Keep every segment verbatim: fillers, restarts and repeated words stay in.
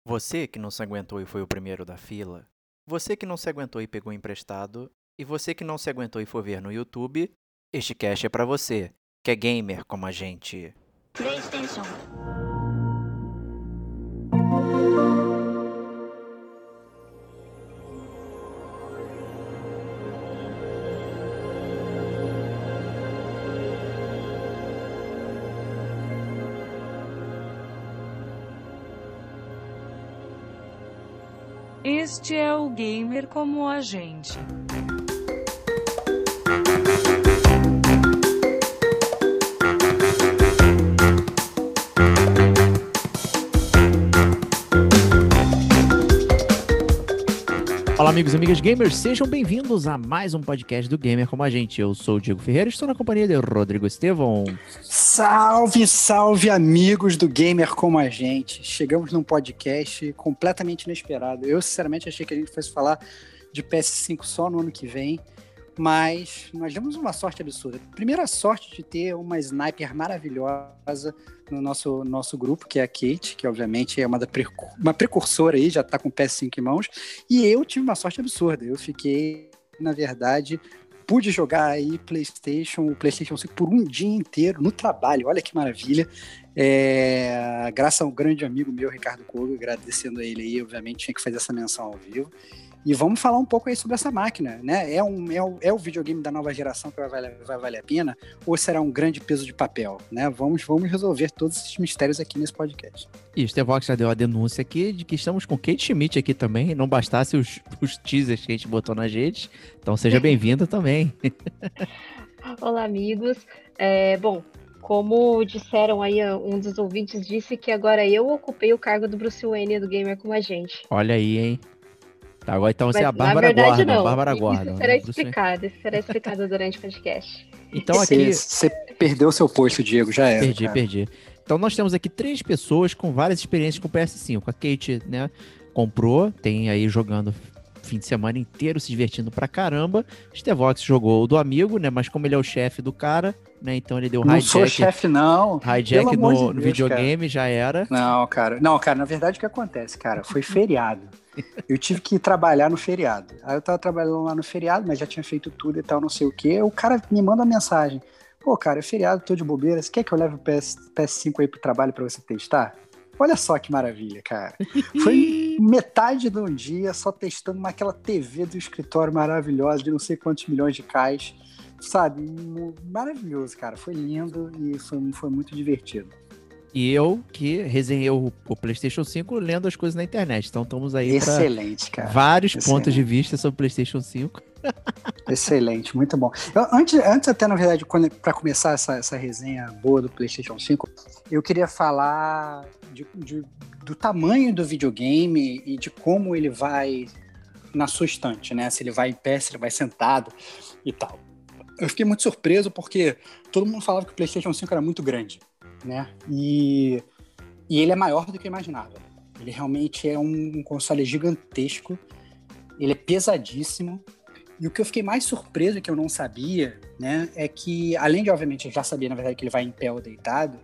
Você que não se aguentou e foi o primeiro da fila, você que não se aguentou e pegou emprestado, e você que não se aguentou e foi ver no YouTube, este cast é pra você, que é gamer como a gente. PlayStation. Este é o gamer como a gente. Fala, amigos e amigas gamers, sejam bem-vindos a mais um podcast do Gamer Como a Gente. Eu sou o Diego Ferreira e estou na companhia de Rodrigo Estevão. Salve, salve, amigos do Gamer Como a Gente. Chegamos num podcast completamente inesperado. Eu, sinceramente, achei que a gente fosse falar de P S cinco só no ano que vem, mas nós demos uma sorte absurda. Primeira sorte de ter uma sniper maravilhosa no nosso, nosso grupo, que é a Kate, que obviamente é uma, da precur- uma precursora aí, já está com o P S cinco em mãos, e eu tive uma sorte absurda. Eu fiquei, na verdade, pude jogar aí PlayStation, o PlayStation cinco por um dia inteiro no trabalho, olha que maravilha. É, graças a um grande amigo meu, Ricardo Koga, agradecendo a ele aí, obviamente tinha que fazer essa menção ao vivo. E vamos falar um pouco aí sobre essa máquina, né? É, um, é, o, é o videogame da nova geração que vai valer, vai valer a pena? Ou será um grande peso de papel, né? Vamos, vamos resolver todos esses mistérios aqui nesse podcast. E o Stevox já deu a denúncia aqui de que estamos com Kate Schmidt aqui também, não bastasse os, os teasers que a gente botou na gente, então seja bem-vinda também. Olá, amigos. É, bom, como disseram aí, um dos ouvintes disse que agora eu ocupei o cargo do Bruce Wayne do Gamer Como a Gente. Olha aí, hein? Tá, agora então você Mas, é a Bárbara na verdade, Gordon. não. Bárbara Isso Gordon, será né? Bruce- explicado, isso será explicado durante o podcast. Então aqui... Você perdeu seu posto, Diego, já era. Perdi, cara. perdi. Então nós temos aqui três pessoas com várias experiências com o P S cinco. A Kate, né, comprou, tem aí jogando fim de semana inteiro, se divertindo pra caramba. Stevox jogou o do amigo, né, mas como ele é o chefe do cara, né, então ele deu Não sou hijack, chefe, não. hijack Pelo amor no, de no Deus, videogame, já era. Não, cara. Não, cara, na verdade o que acontece, cara, foi feriado. Eu tive que ir trabalhar no feriado. Aí eu tava trabalhando lá no feriado, mas já tinha feito tudo e tal, não sei o quê. O cara me manda uma mensagem. Pô, cara, é feriado, tô de bobeira. Você quer que eu leve o P S, P S cinco aí pro trabalho pra você testar? Olha só que maravilha, cara. Foi metade de um dia só testando naquela T V do escritório maravilhosa de não sei quantos milhões de cais. Sabe? Maravilhoso, cara. Foi lindo e foi, foi muito divertido. E eu que resenhei o, o PlayStation cinco lendo as coisas na internet. Então estamos aí para Excelente, cara. vários Excelente. pontos de vista sobre o PlayStation cinco. Excelente, muito bom. Eu, antes, antes até, na verdade, para começar essa, essa resenha boa do PlayStation cinco, eu queria falar de, de, do tamanho do videogame e de como ele vai na sua estante, né? Se ele vai em pé, se ele vai sentado e tal. Eu fiquei muito surpreso porque todo mundo falava que o PlayStation cinco era muito grande, né? E, e ele é maior do que eu imaginava. Ele realmente é um console gigantesco, ele é pesadíssimo. E o que eu fiquei mais surpreso, que eu não sabia, né, é que, além de, obviamente, eu já sabia, na verdade, que ele vai em pé ou deitado,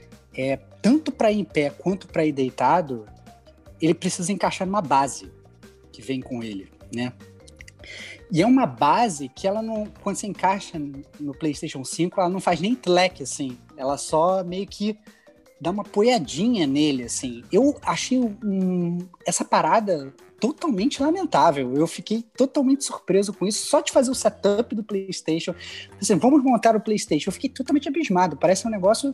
é, tanto para ir em pé quanto para ir deitado, ele precisa encaixar numa base que vem com ele, né? E é uma base que ela não, quando você encaixa no PlayStation cinco, ela não faz nem tleque, assim. Ela só meio que dá uma apoiadinha nele, assim. Eu achei um, essa parada totalmente lamentável. Eu fiquei totalmente surpreso com isso. Só de fazer o setup do PlayStation. Assim, vamos montar o PlayStation. Eu fiquei totalmente abismado. Parece um negócio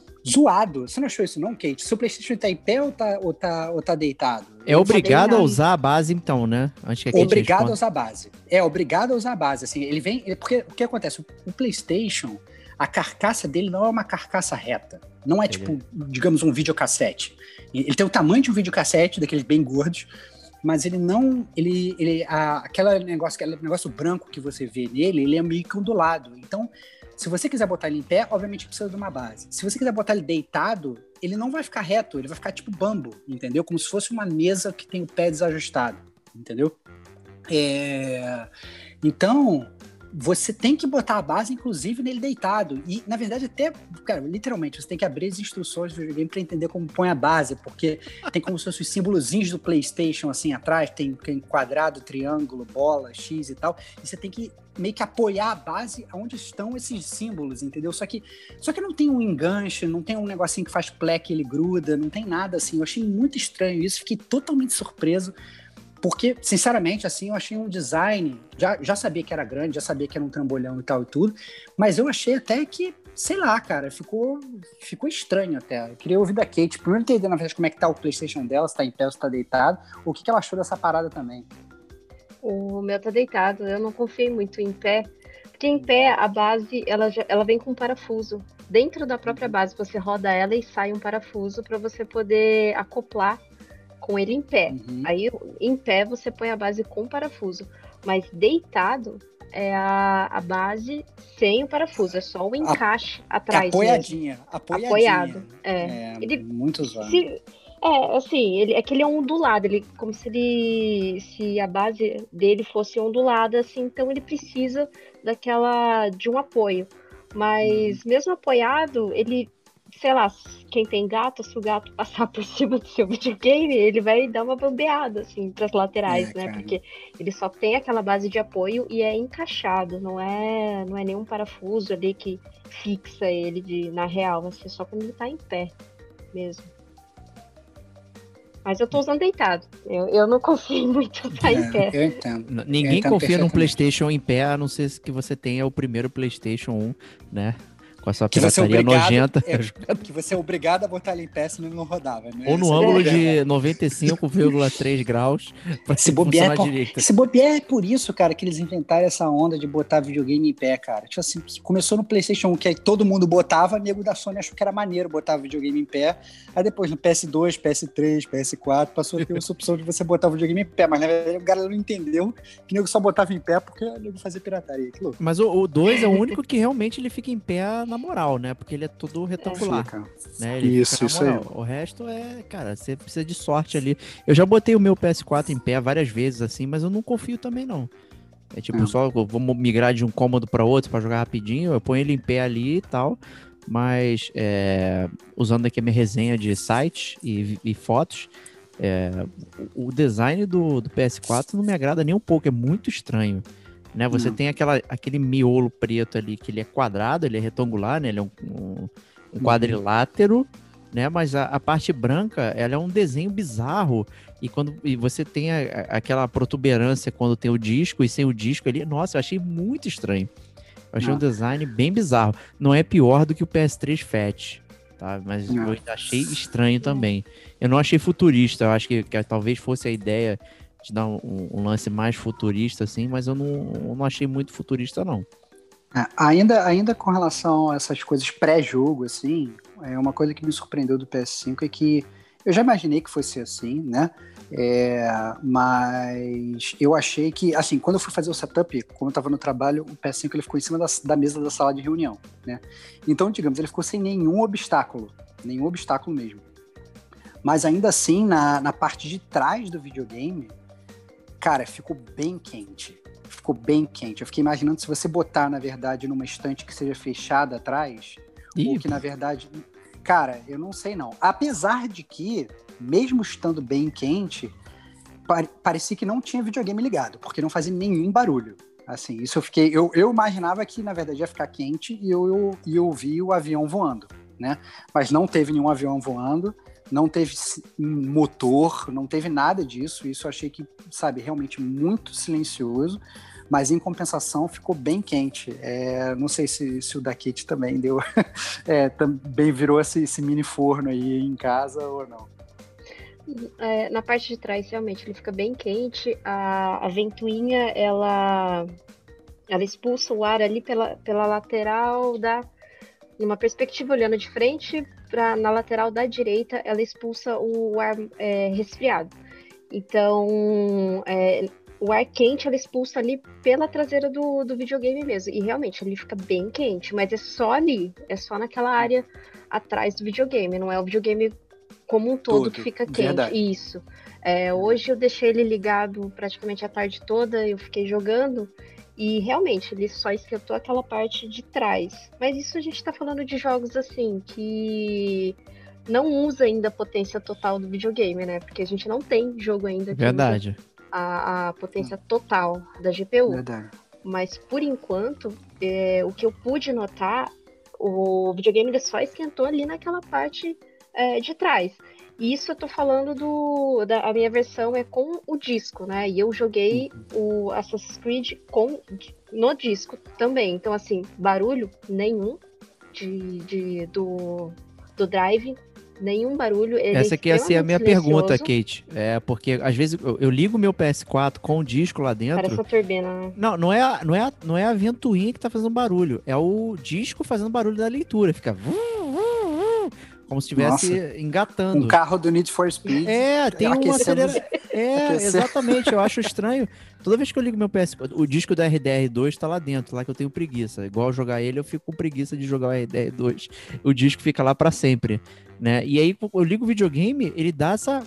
zoado. Você não achou isso não, Kate? Seu PlayStation tá em pé ou tá, ou tá, ou tá deitado? É Eu obrigado falei, a não, usar a base, então, né? Antes que a Kate Obrigado a responda. usar a base. É, obrigado a usar a base. Assim, ele vem. ele- porque o que acontece? O, o PlayStation, a carcaça dele não é uma carcaça reta. Não é tipo, digamos, um videocassete. Ele tem o tamanho de um videocassete, daqueles bem gordos, mas ele não. Ele, ele, a, aquela negócio, aquele negócio branco que você vê nele, ele é meio que ondulado. Então, se você quiser botar ele em pé, obviamente precisa de uma base. Se você quiser botar ele deitado, ele não vai ficar reto, ele vai ficar tipo bambo, entendeu? Como se fosse uma mesa que tem o pé desajustado, entendeu? É... Então, você tem que botar a base, inclusive, nele deitado. E, na verdade, até, cara, literalmente, você tem que abrir as instruções do videogame para entender como põe a base, porque tem como se fossem os símbolozinhos do PlayStation, assim, atrás, tem, tem quadrado, triângulo, bola, X e tal, e você tem que meio que apoiar a base onde estão esses símbolos, entendeu? Só que, só que não tem um enganche, não tem um negocinho que faz pleque, ele gruda, não tem nada assim. Eu achei muito estranho isso, fiquei totalmente surpreso, porque, sinceramente, assim, eu achei um design, já, já sabia que era grande, já sabia que era um trambolhão e tal e tudo, mas eu achei até que, sei lá, cara, ficou, ficou estranho até. Eu queria ouvir da Kate, primeiro entender, na verdade, como é que tá o PlayStation dela, se tá em pé ou se tá deitado, o que, que ela achou dessa parada também. O meu tá deitado, eu não confiei muito em pé, porque em pé a base, ela, já, ela vem com um parafuso. Dentro da própria base, você roda ela e sai um parafuso para você poder acoplar com ele em pé. Uhum. Aí, em pé, você põe a base com parafuso. Mas deitado é a, a base sem o parafuso. É só o encaixe a, atrás. Apoiadinha. Apoiadinha. Apoiado. É. é ele, muito usado. Se, é, assim, ele, é que ele é ondulado. Ele, como se ele... Se a base dele fosse ondulada, assim, então ele precisa daquela... de um apoio. Mas, uhum. mesmo apoiado, ele... sei lá, quem tem gato, se o gato passar por cima do seu videogame, ele vai dar uma bambeada, assim, pras laterais, é, né? Cara. Porque ele só tem aquela base de apoio e é encaixado, não é, não é nenhum parafuso ali que fixa ele de, na real, assim, só quando ele tá em pé mesmo. Mas eu tô usando deitado. Eu, eu não confio muito em estar é, em pé. Eu entendo. Ninguém eu entendo confia num PlayStation em pé, a não ser que você tenha o primeiro PlayStation um, né? Com a sua pirataria nojenta. É, que você é obrigado a botar ele em pé, senão ele não rodava. Né? Ou no Esse ângulo é de noventa e cinco vírgula três graus para se bobear é por, direito. Se bobear é por isso, cara, que eles inventaram essa onda de botar videogame em pé, cara. Tipo assim, começou no PlayStation um, que aí todo mundo botava, nego da Sony achou que era maneiro botar videogame em pé. Aí depois no P S dois, P S três, P S quatro, passou a ter essa opção de você botar o videogame em pé. Mas na verdade o cara não entendeu que o nego só botava em pé porque o nego fazia pirataria. Que louco. Mas o dois é o único que realmente ele fica em pé na moral, né? Porque ele é todo retangular. Fica. Né? Ele isso, fica isso aí. O resto é, cara, você precisa de sorte ali. Eu já botei o meu P S quatro em pé várias vezes, assim, mas eu não confio também, não. É tipo, é. só eu vou migrar de um cômodo para outro para jogar rapidinho, eu ponho ele em pé ali e tal, mas é, usando aqui a minha resenha de site e, e fotos, é, o design do, do P S quatro não me agrada nem um pouco, é muito estranho. Né, você não. tem aquela, aquele miolo preto ali, que ele é quadrado, ele é retangular, né? Ele é um, um, um quadrilátero, uhum. né? Mas a, a parte branca, ela é um desenho bizarro. E quando e você tem a, a, aquela protuberância quando tem o disco e sem o disco ali, nossa, eu achei muito estranho. Eu achei não. um design bem bizarro. Não é pior do que o P S três Fat, tá? Mas não. eu achei estranho também. Eu não achei futurista, eu acho que, que talvez fosse a ideia de dar um, um lance mais futurista, assim, mas eu não, eu não achei muito futurista, não. É, ainda, ainda com relação a essas coisas pré-jogo, assim, é uma coisa que me surpreendeu do P S cinco é que eu já imaginei que fosse assim, né? É, mas eu achei que, assim, quando eu fui fazer o setup, como eu estava no trabalho, o P S cinco ele ficou em cima da, da mesa da sala de reunião, né? Então, digamos, ele ficou sem nenhum obstáculo, nenhum obstáculo mesmo. Mas ainda assim, na, na parte de trás do videogame, cara, ficou bem quente. Ficou bem quente. Eu fiquei imaginando se você botar, na verdade, numa estante que seja fechada atrás, Ih. ou que, na verdade... Cara, eu não sei não. Apesar de que, mesmo estando bem quente, pare- parecia que não tinha videogame ligado, porque não fazia nenhum barulho. Assim, isso eu fiquei... Eu, eu imaginava que, na verdade, ia ficar quente e eu, eu, eu vi o avião voando, né? Mas não teve nenhum avião voando. Não teve motor, não teve nada disso. Isso eu achei que, sabe, realmente muito silencioso, mas em compensação ficou bem quente. É, não sei se, se o da Kit também deu, é, também virou esse, esse mini forno aí em casa ou não. É, na parte de trás, realmente, ele fica bem quente. A, a ventoinha, ela, ela expulsa o ar ali pela, pela lateral da... Numa perspectiva olhando de frente, pra, na lateral da direita, ela expulsa o ar é, resfriado. Então, é, o ar quente ela expulsa ali pela traseira do, do videogame mesmo. E realmente, ele fica bem quente, mas é só ali, é só naquela área atrás do videogame. Não é o videogame como um todo, todo. que fica quente. Verdade. Isso. É, hoje eu deixei ele ligado praticamente a tarde toda, eu fiquei jogando. E realmente, ele só esquentou aquela parte de trás. Mas isso a gente tá falando de jogos assim, que não usa ainda a potência total do videogame, né? Porque a gente não tem jogo ainda que Verdade. usa a, a potência total da G P U. Verdade. Mas, por enquanto, é, o que eu pude notar, o videogame ele só esquentou ali naquela parte é, de trás. E isso eu tô falando do... Da, a minha versão é com o disco, né? E eu joguei o Assassin's Creed com, no disco também. Então, assim, barulho nenhum de, de, do, do drive. Nenhum barulho. Ele Essa aqui ia ser a minha silencioso. pergunta, Kate. É, porque às vezes eu, eu ligo meu P S quatro com o disco lá dentro. Parece uma turbina, né? Não, não é, a, não, é a, não é a ventoinha que tá fazendo barulho. É o disco fazendo barulho da leitura. Fica... Como se estivesse Nossa. engatando. Um carro do Need for Speed. É, tem uma aquecendo- acelera... É, aquecendo. exatamente. Eu acho estranho. Toda vez que eu ligo meu P S quatro, o disco da R D R dois tá lá dentro, lá que eu tenho preguiça. Igual jogar ele, eu fico com preguiça de jogar o R D R dois. O disco fica lá pra sempre, né? E aí eu ligo o videogame, ele dá essa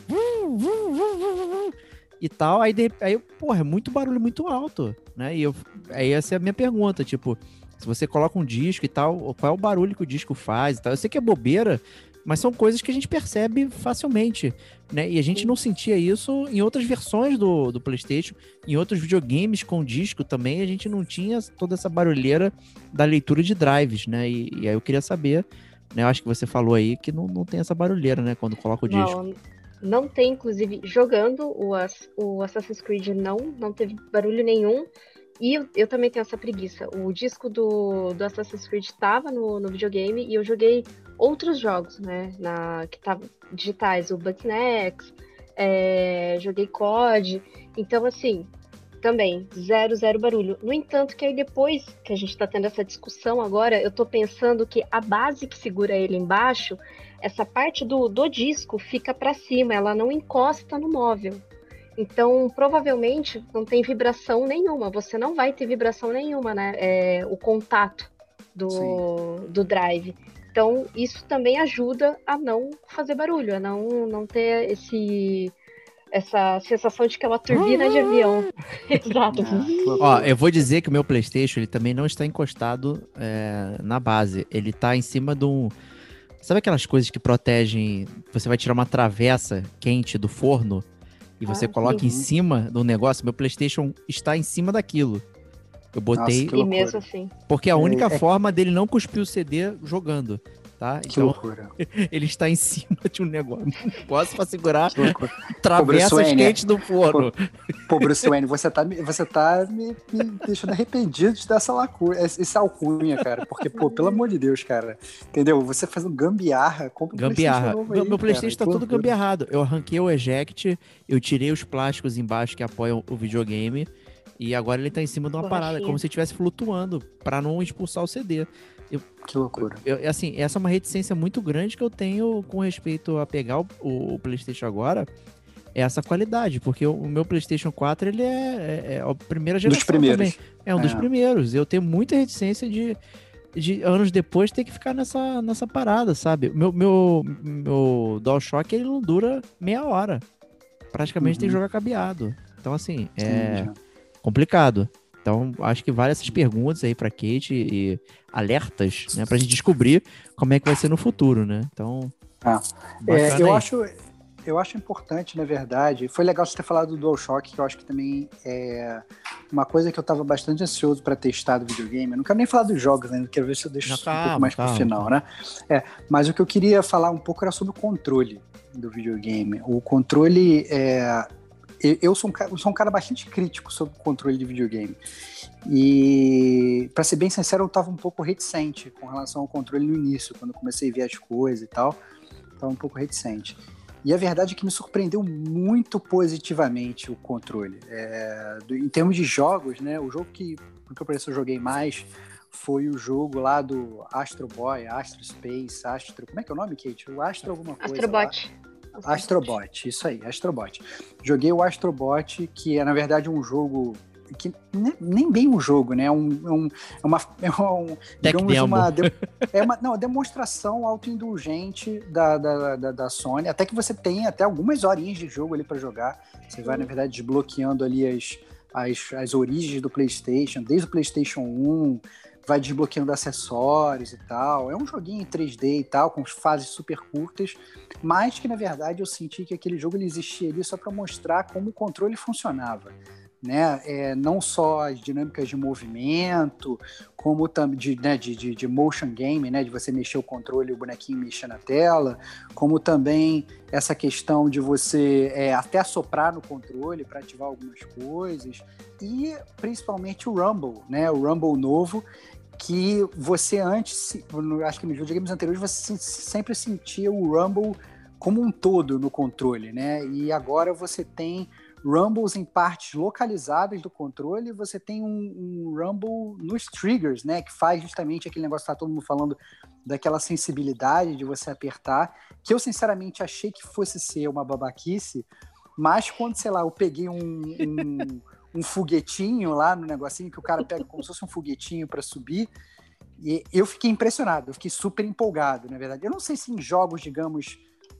e tal, aí, de... aí porra, é muito barulho muito alto, né? E eu... aí essa é a minha pergunta, tipo, se você coloca um disco e tal, qual é o barulho que o disco faz e tal? Eu sei que é bobeira, mas são coisas que a gente percebe facilmente, né? E a gente não sentia isso em outras versões do, do PlayStation, em outros videogames com disco também, a gente não tinha toda essa barulheira da leitura de drives, né? E, e aí eu queria saber, né? Eu acho que você falou aí que não, não tem essa barulheira, né? Quando coloca o disco. Não, não tem, inclusive, jogando o, As- o Assassin's Creed não, não teve barulho nenhum. E eu, eu também tenho essa preguiça. O disco do, do Assassin's Creed estava no, no videogame e eu joguei outros jogos, né? Na, que estavam digitais, o Bugsnax, é, joguei C O D. Então, assim, também, zero, zero barulho. No entanto, que aí depois que a gente tá tendo essa discussão agora, eu tô pensando que a base que segura ele embaixo, essa parte do, do disco fica para cima, ela não encosta no móvel. Então, provavelmente, não tem vibração nenhuma. Você não vai ter vibração nenhuma, né? É, o contato do, do drive. Então, isso também ajuda a não fazer barulho, a não, não ter esse, essa sensação de que é uma turbina de avião. Exato. Ah, que loucura. Ó, eu vou dizer que o meu PlayStation, ele também não está encostado é, na base. Ele tá em cima de um... Sabe aquelas coisas que protegem... Você vai tirar uma travessa quente do forno e você Ah, coloca sim. em cima do negócio? Meu PlayStation está em cima daquilo. Eu botei... Nossa, que E loucura. mesmo assim. Porque é a única É, é- forma dele não cuspir o C D jogando, tá? Que Então, loucura. ele está em cima de um negócio, um negócio pra segurar Que loucura. travessas Wayne, quentes do forno. Pô, Bruce Wayne, você tá, me- você tá me, me deixando arrependido de dar essa lacuna, esse esse alcunha, cara. Porque, pô, pelo amor de Deus, cara. Entendeu? Você fazendo gambiarra, compra um Gambiarra. PlayStation novo Meu, aí, meu PlayStation cara. tá Que todo loucura. gambiarrado. Eu arranquei o eject, eu tirei os plásticos embaixo que apoiam o videogame e agora ele tá em cima de uma Borrachinha. parada, como se estivesse flutuando pra não expulsar o C D. Que loucura. Eu, assim, essa é uma reticência muito grande que eu tenho com respeito a pegar o, o- o PlayStation agora, é essa qualidade, porque o, o meu PlayStation quatro, ele é, é, é a primeira geração Dos primeiros. também. É um dos É. primeiros. Eu tenho muita reticência de, de anos depois ter que ficar nessa, nessa parada, sabe? Meu, meu, meu DualShock, ele não dura meia hora. Praticamente Uhum. tem que jogar cabeado. Então, assim, é Entendi. complicado. Então, acho que vale essas perguntas aí pra Kate e alertas, né? Pra gente descobrir como é que vai ser no futuro, né? Então, Ah, bacana É, eu, aí. acho, eu acho importante, na verdade. Foi legal você ter falado do DualShock, que eu acho que também é uma coisa que eu tava bastante ansioso para testar do videogame. Eu não quero nem falar dos jogos, né? Eu quero ver se eu deixo Não, isso um calma, pouco mais calma, pro final, né? É, mas o que eu queria falar um pouco era sobre o controle do videogame. O controle é. Eu eu sou, um, ca- eu sou um cara bastante crítico sobre o controle de videogame. E, pra ser bem sincero, eu tava um pouco reticente com relação ao controle no início, quando eu comecei a ver as coisas e tal. Tava um pouco reticente. E a verdade é que me surpreendeu muito positivamente o controle. É, do- em termos de jogos, né? O jogo que, por que eu pareço, eu joguei mais foi o jogo lá do Astro Boy, Astro Space, Astro... Como é que é o nome, Kate? O Astro alguma coisa lá. Astrobot. Astrobot, isso aí, Astrobot. Joguei o Astrobot, que é, na verdade, um jogo que ne- nem bem um jogo, né? É, um, é, um, é uma, é um, digamos, demo. uma, de- é uma não, demonstração autoindulgente da, da, da, da Sony, até que você tem até algumas horinhas de jogo ali para jogar. Você vai, na verdade, desbloqueando ali as, as, as origens do PlayStation, desde o PlayStation um, vai desbloqueando acessórios e tal. É um joguinho em três D e tal, com fases super curtas, mas que, na verdade, eu senti que aquele jogo ele existia ali só para mostrar como o controle funcionava. Né? É, não só as dinâmicas de movimento, como também de, né, de, de, de motion game, né, de você mexer o controle e o bonequinho mexer na tela, como também essa questão de você é, até assoprar no controle para ativar algumas coisas, e principalmente o Rumble, né, o Rumble novo, que você antes, acho que nos videogames anteriores, você sempre sentia o Rumble como um todo no controle, né? E agora você tem rumbles em partes localizadas do controle, você tem um, um rumble nos triggers, né, que faz justamente aquele negócio que tá todo mundo falando daquela sensibilidade de você apertar, que eu sinceramente achei que fosse ser uma babaquice, mas quando, sei lá, eu peguei um, um, um foguetinho lá no negocinho, que o cara pega como se fosse um foguetinho para subir, e eu fiquei impressionado, eu fiquei super empolgado, na verdade. Eu não sei se em jogos, digamos,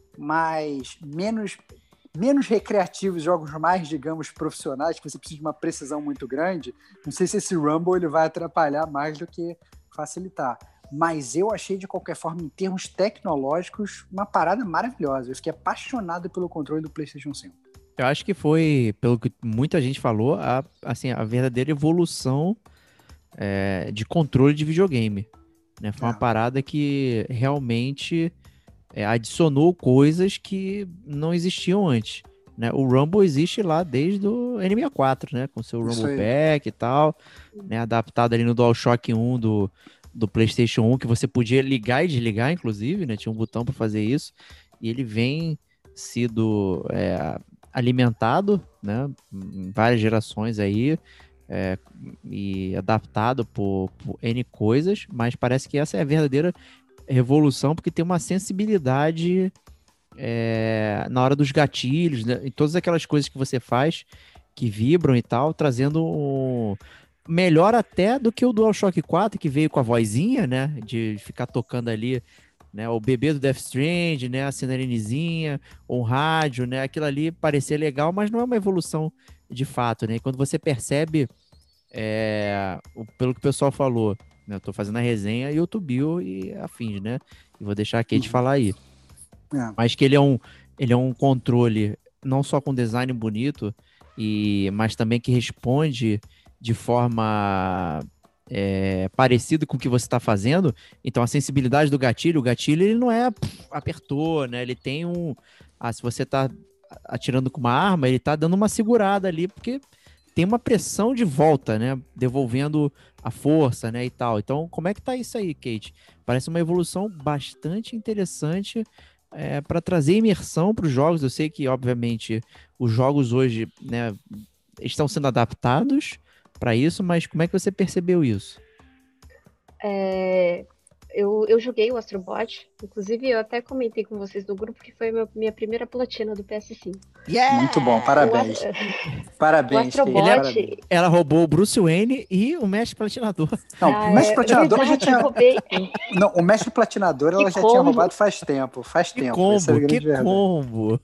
mais, menos... menos recreativos, jogos mais, digamos, profissionais, que você precisa de uma precisão muito grande, não sei se esse Rumble ele vai atrapalhar mais do que facilitar. Mas eu achei, de qualquer forma, em termos tecnológicos, uma parada maravilhosa. Eu fiquei apaixonado pelo controle do PlayStation cinco. Eu acho que foi, pelo que muita gente falou, a, assim, a verdadeira evolução é, de controle de videogame. Né? Foi É. uma parada que realmente... É, adicionou coisas que não existiam antes, né? O Rumble existe lá desde o N sessenta e quatro, né? Com seu Isso Rumble aí. Pack e tal, né? Adaptado ali no DualShock um do, do PlayStation um, que você podia ligar e desligar, inclusive, né? Tinha um botão para fazer isso. E ele vem sido é, alimentado, né? Em várias gerações aí, é, e adaptado por, por N coisas, mas parece que essa é a verdadeira revolução, porque tem uma sensibilidade é, na hora dos gatilhos, né? E todas aquelas coisas que você faz que vibram e tal, trazendo um... melhor até do que o DualShock quatro, que veio com a vozinha, né, de ficar tocando ali, né, o bebê do Death Stranding, né, a sirenezinha, ou um rádio, né, aquilo ali parecia legal, mas não é uma evolução de fato, né, e quando você percebe, é, o, pelo que o pessoal falou, né, eu tô fazendo a resenha YouTube e afins, né, e vou deixar a Kate Uhum. falar aí, É. mas que ele é um, ele é um controle não só com design bonito, e, mas também que responde de forma é, parecida com o que você está fazendo. Então a sensibilidade do gatilho, o gatilho ele não é pff, apertou, né? Ele tem um... Ah, se você está atirando com uma arma, ele está dando uma segurada ali, porque tem uma pressão de volta, né? Devolvendo a força, né? E tal. Então, como é que tá isso aí, Kate? Parece uma evolução bastante interessante é, para trazer imersão para os jogos. Eu sei que, obviamente, os jogos hoje, né, estão sendo adaptados para isso, mas como é que você percebeu isso? É, eu, eu joguei o Astrobot, inclusive eu até comentei com vocês no grupo que foi a minha, minha primeira platina do P S cinco. Yeah! Muito bom, parabéns. O, Parabéns, o Astrobot... Kate, parabéns. Ela roubou o Bruce Wayne e o Mestre Platinador. Não, Ah, o Mestre é Platinador verdade, já tinha... eu roubei. Não, o Mestre Platinador ela Que já combo. tinha roubado faz tempo, faz Que tempo. Essa é a combo, grande que verdade. combo.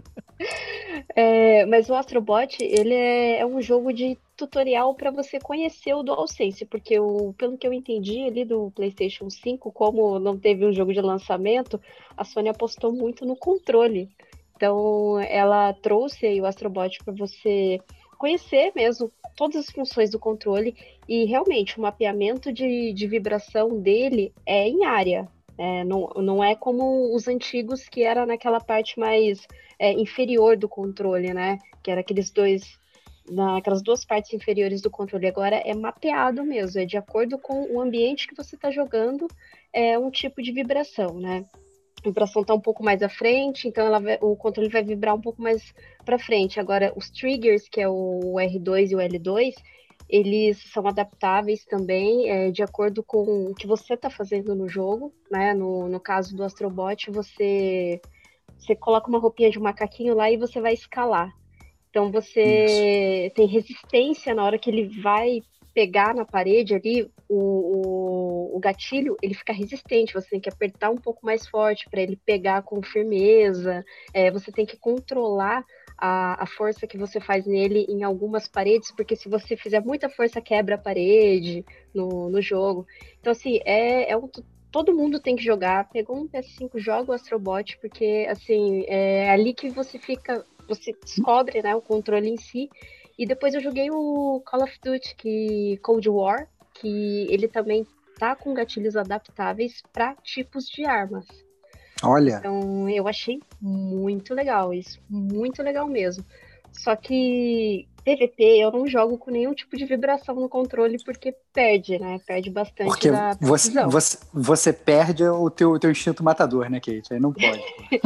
É, mas o Astrobot, ele é, é um jogo de tutorial para você conhecer o DualSense, porque o, pelo que eu entendi ali do PlayStation cinco, como não teve um jogo de lançamento, a Sony apostou muito no controle. Então, ela trouxe aí o Astrobot para você conhecer mesmo todas as funções do controle, e realmente o mapeamento de, de vibração dele é em área. É, não, não é como os antigos, que era naquela parte mais é, inferior do controle, né? Que era aqueles dois, naquelas duas partes inferiores do controle. Agora é mapeado mesmo, é de acordo com o ambiente que você está jogando, é um tipo de vibração, né? A vibração está um pouco mais à frente, então ela vai, o controle vai vibrar um pouco mais para frente. Agora, os triggers, que é o R dois e o L dois, eles são adaptáveis também, é, de acordo com o que você está fazendo no jogo, né? No, no caso do Astrobot, você, você coloca uma roupinha de macaquinho lá e você vai escalar. Então você Isso. tem resistência na hora que ele vai pegar na parede ali, o, o, o gatilho, ele fica resistente, você tem que apertar um pouco mais forte para ele pegar com firmeza, é, você tem que controlar a, a força que você faz nele em algumas paredes, porque se você fizer muita força, quebra a parede no, no jogo. Então, assim, é, é um, todo mundo tem que jogar. Pegou um P S cinco, joga o Astrobot, porque, assim, é ali que você fica, você descobre, né, o controle em si. E depois eu joguei o Call of Duty, que, Cold War, que ele também tá com gatilhos adaptáveis para tipos de armas. Olha. Então, eu achei muito legal isso, muito legal mesmo. Só que P V P eu não jogo com nenhum tipo de vibração no controle porque perde, né? Perde bastante porque da você, precisão. você, você perde o teu, teu instinto matador, né, Kate? Aí não pode.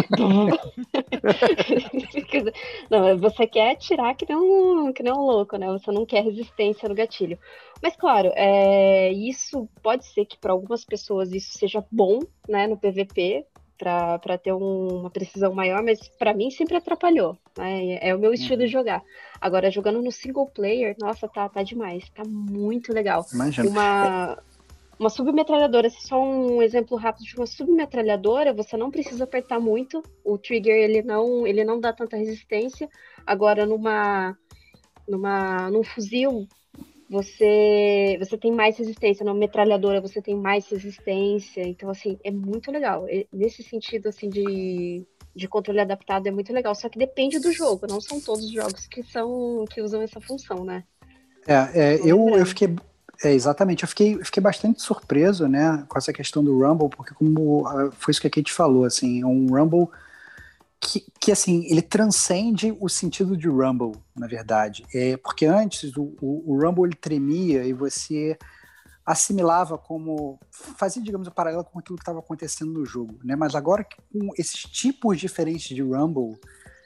Não, você quer atirar que não, que não um louco, né? Você não quer resistência no gatilho. Mas, claro, é, isso pode ser que para algumas pessoas isso seja bom, né, no P V P, para ter um, uma precisão maior, mas para mim sempre atrapalhou, né? É o meu estilo Uhum. de jogar. Agora, jogando no single player, nossa, tá, tá demais, tá muito legal. Imagino. Uma, uma submetralhadora, só um exemplo rápido de uma submetralhadora, você não precisa apertar muito, o trigger ele não, ele não dá tanta resistência. Agora, numa, numa, num fuzil, você você tem mais resistência, na metralhadora você tem mais resistência, então assim, é muito legal. E, nesse sentido assim de, de controle adaptado é muito legal, só que depende do jogo, não são todos os jogos que são que usam essa função, né? É, é Só eu, lembrando. eu fiquei. É, exatamente, eu fiquei, eu fiquei bastante surpreso, né, com essa questão do Rumble, porque como ah, foi isso que a Kate falou, assim, é um Rumble que, que, assim, ele transcende o sentido de Rumble, na verdade. É, porque antes o, o, o Rumble ele tremia e você assimilava como, fazia, digamos, o paralelo com aquilo que estava acontecendo no jogo, né? Mas agora com esses tipos diferentes de Rumble,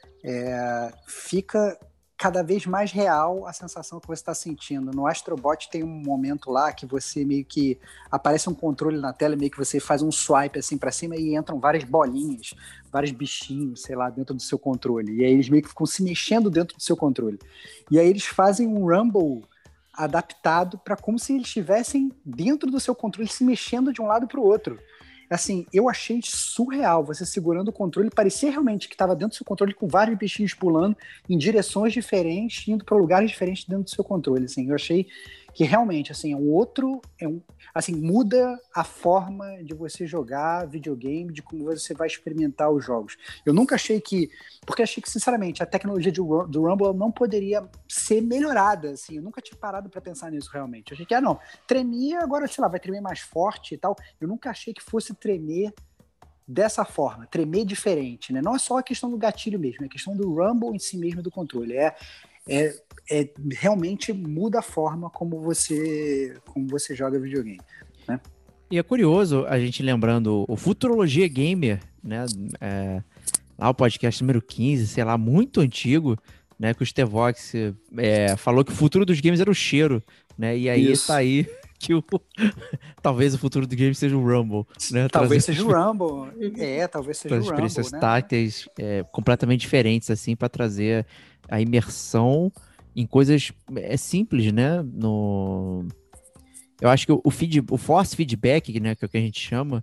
é, fica cada vez mais real a sensação que você está sentindo. No Astrobot tem um momento lá que você meio que aparece um controle na tela, meio que você faz um swipe assim para cima e entram várias bolinhas, vários bichinhos, sei lá, dentro do seu controle. E aí eles meio que ficam se mexendo dentro do seu controle. E aí eles fazem um Rumble adaptado para como se eles estivessem dentro do seu controle, se mexendo de um lado para o outro. Assim, eu achei surreal, você segurando o controle, parecia realmente que estava dentro do seu controle com vários bichinhos pulando em direções diferentes, indo para lugares diferentes dentro do seu controle, assim, eu achei que realmente, assim, é um outro, é um, assim, muda a forma de você jogar videogame, de como você vai experimentar os jogos. Eu nunca achei que, porque achei que, sinceramente, a tecnologia do, do Rumble não poderia ser melhorada, assim, eu nunca tinha parado para pensar nisso realmente. Eu achei que, ah, não, tremia, agora, sei lá, vai tremer mais forte e tal. Eu nunca achei que fosse tremer dessa forma, tremer diferente, né? Não é só a questão do gatilho mesmo, é a questão do Rumble em si mesmo, do controle. É, é, é realmente muda a forma como você, como você joga videogame, né? E é curioso a gente lembrando o Futurologia Gamer, né? É, lá o podcast número quinze, sei lá, muito antigo, né? Que o Stevox é, falou que o futuro dos games era o cheiro, né? E aí Isso. tá aí que o talvez o futuro do game seja o Rumble, né? Talvez Trazer seja o Rumble, é, talvez seja o Rumble, experiências né? táteis é, completamente diferentes, assim, para trazer a imersão em coisas é, simples, né? No... Eu acho que o, o, feed, o force feedback, né, que é o que a gente chama,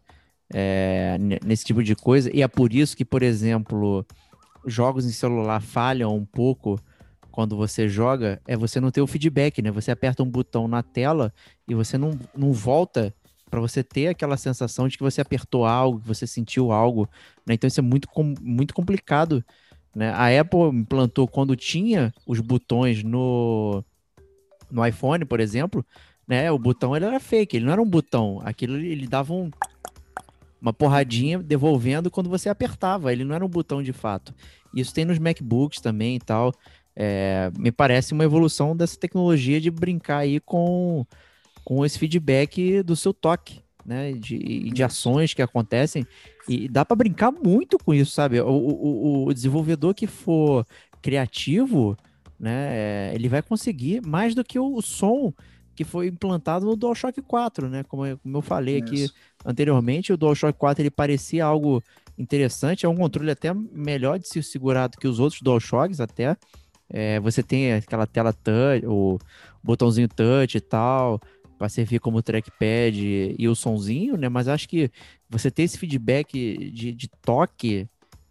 é, nesse tipo de coisa, e é por isso que, por exemplo, jogos em celular falham um pouco quando você joga, é você não ter o feedback, né? Você aperta um botão na tela e você não, não volta para você ter aquela sensação de que você apertou algo, que você sentiu algo, né? Então isso é muito, muito complicado, né? A Apple implantou quando tinha os botões no, no iPhone, por exemplo, né? O botão ele era fake, ele não era um botão, aquilo ele dava um, uma porradinha devolvendo quando você apertava, ele não era um botão de fato. Isso tem nos MacBooks também e tal. É, me parece uma evolução dessa tecnologia de brincar aí com, com esse feedback do seu toque, né? De, de ações que acontecem. E dá para brincar muito com isso, sabe? O, o, o desenvolvedor que for criativo, né? Ele vai conseguir mais do que o, o som que foi implantado no DualShock quatro, né? Como eu, como eu falei aqui Isso. anteriormente, o DualShock quatro ele parecia algo interessante, é um controle até melhor de ser segurado que os outros DualShocks até. É, você tem aquela tela touch, o botãozinho touch e tal, para servir como trackpad e, e o sonzinho, né? Mas acho que você ter esse feedback de, de toque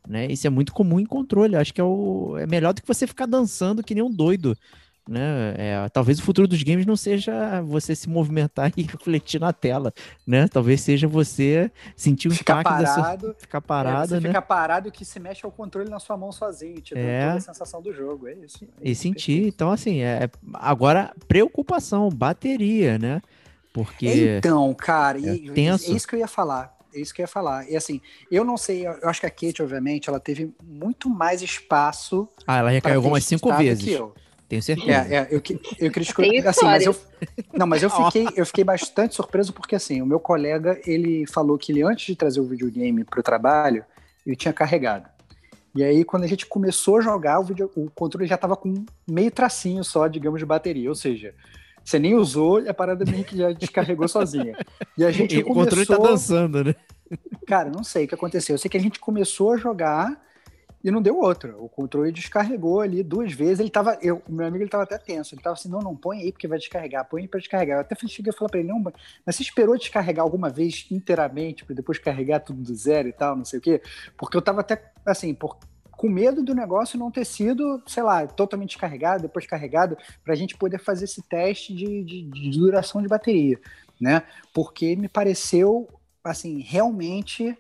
né? Isso é muito comum em controle. Eu acho que é, o, é melhor do que você ficar dançando que nem um doido, né? É, talvez o futuro dos games não seja você se movimentar e refletir na tela, né? Talvez seja você sentir o Ficar impacto da sua... parado, Ficar É, parado, você né? fica parado que se mexe é o controle na sua mão sozinho, te dando É. toda a sensação do jogo. É isso. É E isso, sentir. perfeito. Então, assim, é... agora, preocupação, bateria, né? Porque Então, cara, é e, e- tenso. é isso que eu ia falar. É isso que eu ia falar. E assim, eu não sei, eu eu acho que a Kate, obviamente, ela teve muito mais espaço Ah, ela já para caiu algumas cinco testar do vezes. que eu. Tenho certeza. É, é, eu, que- eu critico. Tem Assim, mas eu. histórias. Não, mas eu fiquei, eu fiquei bastante surpreso porque, assim, o meu colega, ele falou que ele, antes de trazer o videogame pro trabalho, ele tinha carregado. E aí, quando a gente começou a jogar, o, vídeo, o controle já tava com meio tracinho só, digamos, de bateria. Ou seja, você nem usou e a parada meio que já descarregou sozinha. E a gente E o começou... controle tá dançando, né? Cara, não sei o que aconteceu. Eu sei que a gente começou a jogar e não deu outra. O controle descarregou ali duas vezes. Ele tava, eu, o meu amigo, ele tava até tenso. Ele tava assim, não, não, põe aí porque vai descarregar, põe aí pra descarregar. Eu até cheguei a falar pra ele, não, mas você esperou descarregar alguma vez inteiramente pra depois carregar tudo do zero e tal, não sei o quê? Porque eu tava até, assim, por, com medo do negócio não ter sido, sei lá, totalmente descarregado, depois carregado, pra gente poder fazer esse teste de, de, de duração de bateria, né? Porque me pareceu, assim, realmente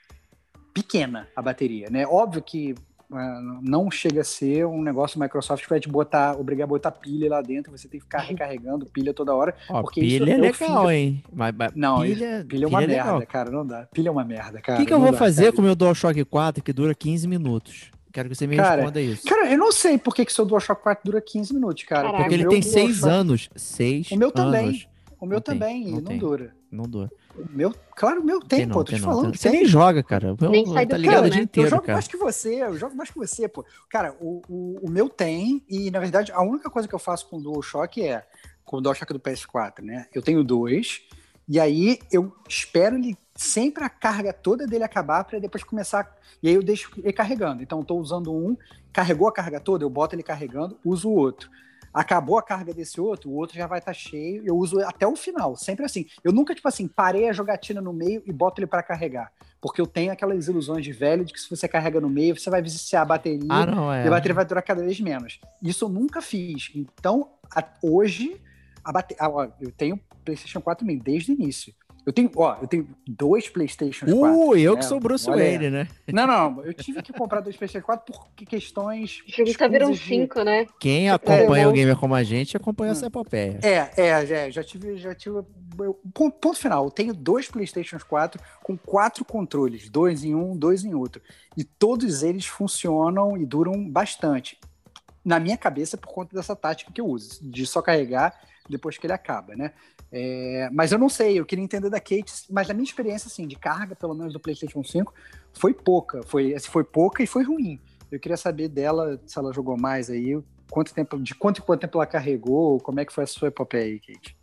pequena a bateria, né? Óbvio que uh, não chega a ser um negócio Microsoft que vai te botar, obrigar a botar pilha lá dentro, você tem que ficar recarregando pilha toda hora. Ó, porque pilha isso é é o fim legal, da- hein? Mas, mas Não, pilha, pilha é uma pilha merda, legal. cara, não dá. Pilha é uma merda, O cara. que, que eu não vou dá, fazer cara. com o meu DualShock quatro que dura quinze minutos? Quero que você me Cara, responda isso. Cara, eu não sei por que que seu DualShock quatro dura quinze minutos, cara. Caraca. Porque O ele meu tem seis DualShock- anos. Seis O meu também. anos. O meu Não tem, também, não e não tem. dura. Não dura. O meu, claro, o meu Tem tem, não, pô, tô tem te não. falando. Você tem. nem joga, cara. O Nem meu sai do tá fio, ligado o né? dia Eu inteiro, jogo cara. mais que você, eu jogo mais que você, pô. Cara, o, o, o meu tem, e na verdade a única coisa que eu faço com o DualShock é, com o DualShock do P S quatro, né? Eu tenho dois, e aí eu espero ele sempre a carga toda dele acabar para depois começar, e aí eu deixo ele carregando. Então eu tô usando um, carregou a carga toda, eu boto ele carregando, uso o outro. Acabou a carga desse outro, o outro já vai estar cheio, eu uso até o final, sempre assim. Eu nunca, tipo assim, parei a jogatina no meio e boto ele para carregar, porque eu tenho aquelas ilusões de velho de que se você carrega no meio, você vai viciar a bateria Ah, não, é. e a bateria vai durar cada vez menos. Isso eu nunca fiz. Então, a- hoje, a bate... ah, ó, eu tenho PlayStation quatro mini desde o início. Eu tenho, ó, eu tenho dois PlayStation quatro. Uh, eu né? que sou o Bruce Olha aí. Wayne, né? Não, não, eu tive que comprar dois PlayStation quatro por questões. Junta viram escusas de- cinco, né? Quem Você acompanha pegou. o Gamer como a gente, acompanha Hum. essa epopeia. É, é, já, já tive, já tive. eu- Ponto, ponto final. Eu tenho dois PlayStation quatro com quatro controles, dois em um, dois em outro. E todos eles funcionam e duram bastante. Na minha cabeça, por conta dessa tática que eu uso, de só carregar depois que ele acaba, né? É, mas eu não sei, eu queria entender da Kate, mas a minha experiência, assim, de carga, pelo menos do PlayStation cinco, foi pouca. Foi, assim, foi pouca e foi ruim. Eu queria saber dela, se ela jogou mais aí, quanto tempo, de quanto em quanto tempo ela carregou, como é que foi a sua epopeia aí, Kate?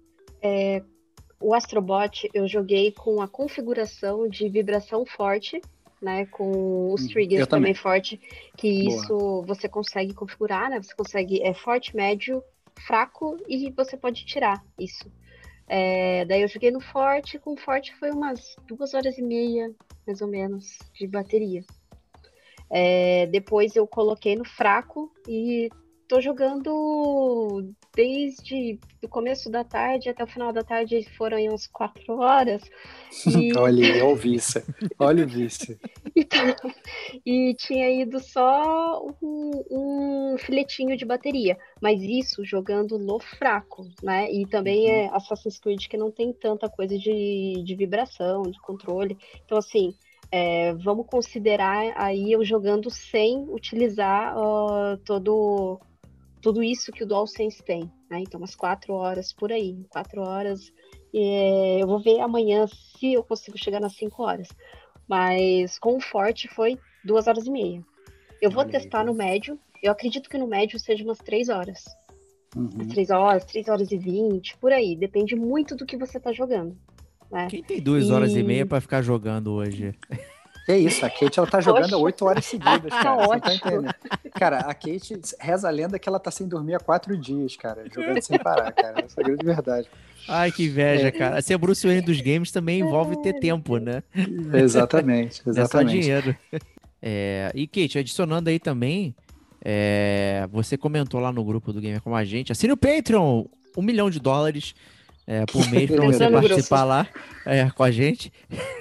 O Astrobot eu joguei com a configuração de vibração forte, né? Com os Hum, triggers eu também. também forte, que Boa. isso você consegue configurar, né? Você consegue é forte, médio, fraco e você pode tirar isso. É, daí eu joguei no forte, com o forte foi umas duas horas e meia, mais ou menos, de bateria. É, depois eu coloquei no fraco e tô jogando desde o começo da tarde até o final da tarde, foram aí umas quatro horas. E, Olha aí, olha o vício. Olha o vício. então, e tinha ido só um, um filetinho de bateria, mas isso jogando no fraco, né? E também é Assassin's Creed que não tem tanta coisa de, de vibração, de controle. Então, assim, é, vamos considerar aí eu jogando sem utilizar ó, todo, tudo isso que o DualSense tem, né? Então, umas quatro horas por aí, quatro horas. É, eu vou ver amanhã se eu consigo chegar nas cinco horas. Mas com o forte foi duas horas e meia. Eu vou Olha aí, testar no médio. Eu acredito que no médio seja umas três horas. Uhum. Três horas, três horas e vinte, por aí. Depende muito do que você tá jogando. Né? Quem tem duas E- horas e meia pra ficar jogando hoje? É isso, a Kate ela tá jogando Poxa. há oito horas seguidas, Tá cara. Você não tá ótimo. entendendo. Cara, a Kate reza a lenda que ela tá sem dormir há quatro dias, cara. Jogando sem parar, cara. Essa é a grande verdade. Ai, que inveja, É. cara. Ser Bruce Wayne dos games também envolve ter tempo, né? Exatamente, Não é só exatamente. dinheiro. É, e, Kate, adicionando aí também, é, você comentou lá no grupo do Gamer Como a Gente, assine o Patreon, um milhão de dólares é, por mês para você Entra no grupo. participar lá é, com a gente.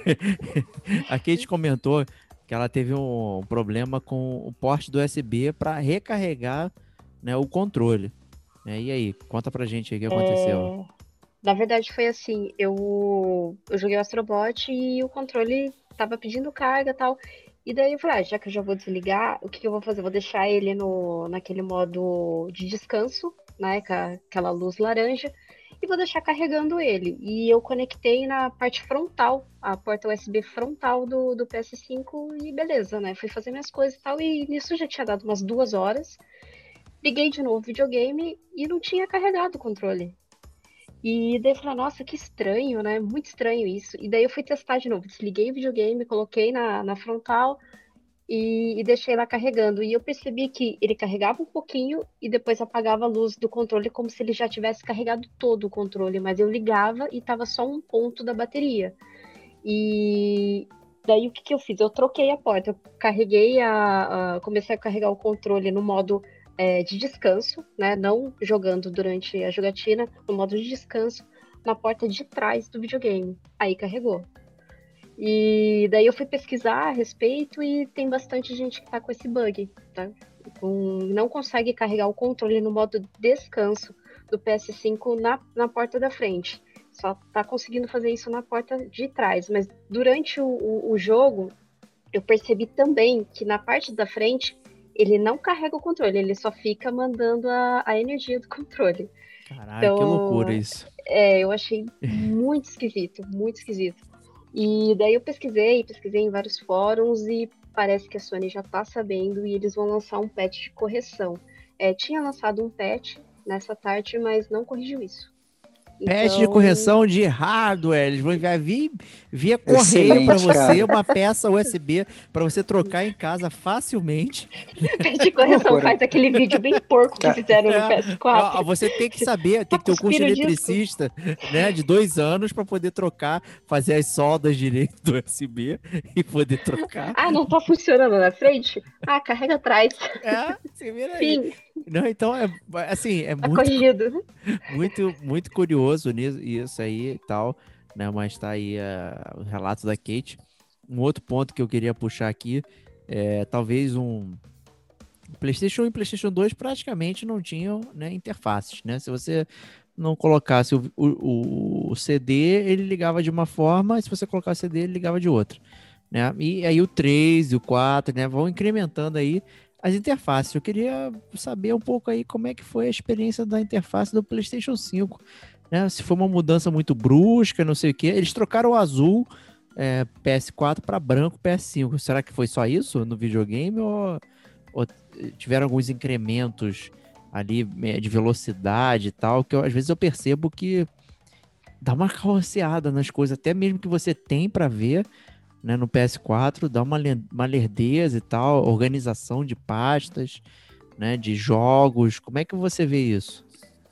A Kate comentou que ela teve um problema com o porte do U S B para recarregar, né, o controle. É, e aí, conta pra gente aí o que aconteceu. É, Na verdade, foi assim, eu, eu joguei o Astrobot e o controle tava pedindo carga e tal. E daí eu falei, ah, já que eu já vou desligar, o que que eu vou fazer? Eu vou deixar ele no, naquele modo de descanso, né, com a- aquela luz laranja, e vou deixar carregando ele. E eu conectei na parte frontal, a porta U S B frontal do, do P S cinco e beleza, né? Fui fazer minhas coisas e tal, e nisso já tinha dado umas duas horas. Liguei de novo o videogame e não tinha carregado o controle. E daí eu falei, nossa, que estranho, né? Muito estranho isso. E daí eu fui testar de novo. Desliguei o videogame, coloquei na, na frontal e, e deixei lá carregando. E eu percebi que ele carregava um pouquinho e depois apagava a luz do controle como se ele já tivesse carregado todo o controle. Mas eu ligava e tava só um ponto da bateria. E daí o que que eu fiz? Eu troquei a porta. Eu carreguei a, a- comecei a carregar o controle no modo é, de descanso, né? Não jogando durante a jogatina, no modo de descanso, na porta de trás do videogame. Aí carregou. E daí eu fui pesquisar a respeito e tem bastante gente que tá com esse bug, tá? Com- não consegue carregar o controle no modo descanso do P S cinco na, na porta da frente. Só tá conseguindo fazer isso na porta de trás. Mas durante o, o, o jogo, eu percebi também que na parte da frente ele não carrega o controle, ele só fica mandando a, a energia do controle. Caralho, que loucura Então, isso. é, eu achei muito esquisito, muito esquisito. E daí eu pesquisei, pesquisei em vários fóruns e parece que a Sony já tá sabendo e eles vão lançar um patch de correção. É, tinha lançado um patch nessa tarde, mas não corrigiu isso. Patch de Então, correção de hardware. Eles vão enviar via, via correio para Excelente, você cara. uma peça U S B para você trocar em casa facilmente. patch de correção Loucura. faz aquele vídeo bem porco que Ca- fizeram no É, P S ó, quatro. você tem que saber, tem Tá que ter o curso de cuspindo o disco. eletricista, né, de dois anos para poder trocar, fazer as soldas direito do U S B e poder trocar. Ah, não tá funcionando na frente? Ah, carrega atrás. É, você vira aí. Fim, Não, então é assim, é tá muito corrigido. muito, muito curioso nisso, isso aí e tal, né? Mas tá aí uh, o relato da Kate. Um outro ponto que eu queria puxar aqui é talvez um PlayStation um e PlayStation dois praticamente não tinham, né, interfaces, né? Se você não colocasse o, o, o C D, ele ligava de uma forma, e se você colocasse o C D, ele ligava de outra, né? E aí o três e o quatro, né, vão incrementando aí as interfaces. Eu queria saber um pouco aí como é que foi a experiência da interface do PlayStation cinco, né? Se foi uma mudança muito brusca, não sei o quê. Eles trocaram o azul é, P S quatro para branco P S cinco. Será que foi só isso no videogame ou, ou tiveram alguns incrementos ali é, de velocidade e tal, que eu, às vezes eu percebo que dá uma carroceada nas coisas, até mesmo que você tem para ver, né, no P S quatro, dá uma, uma lerdeza e tal, organização de pastas, né, de jogos. Como é que você vê isso?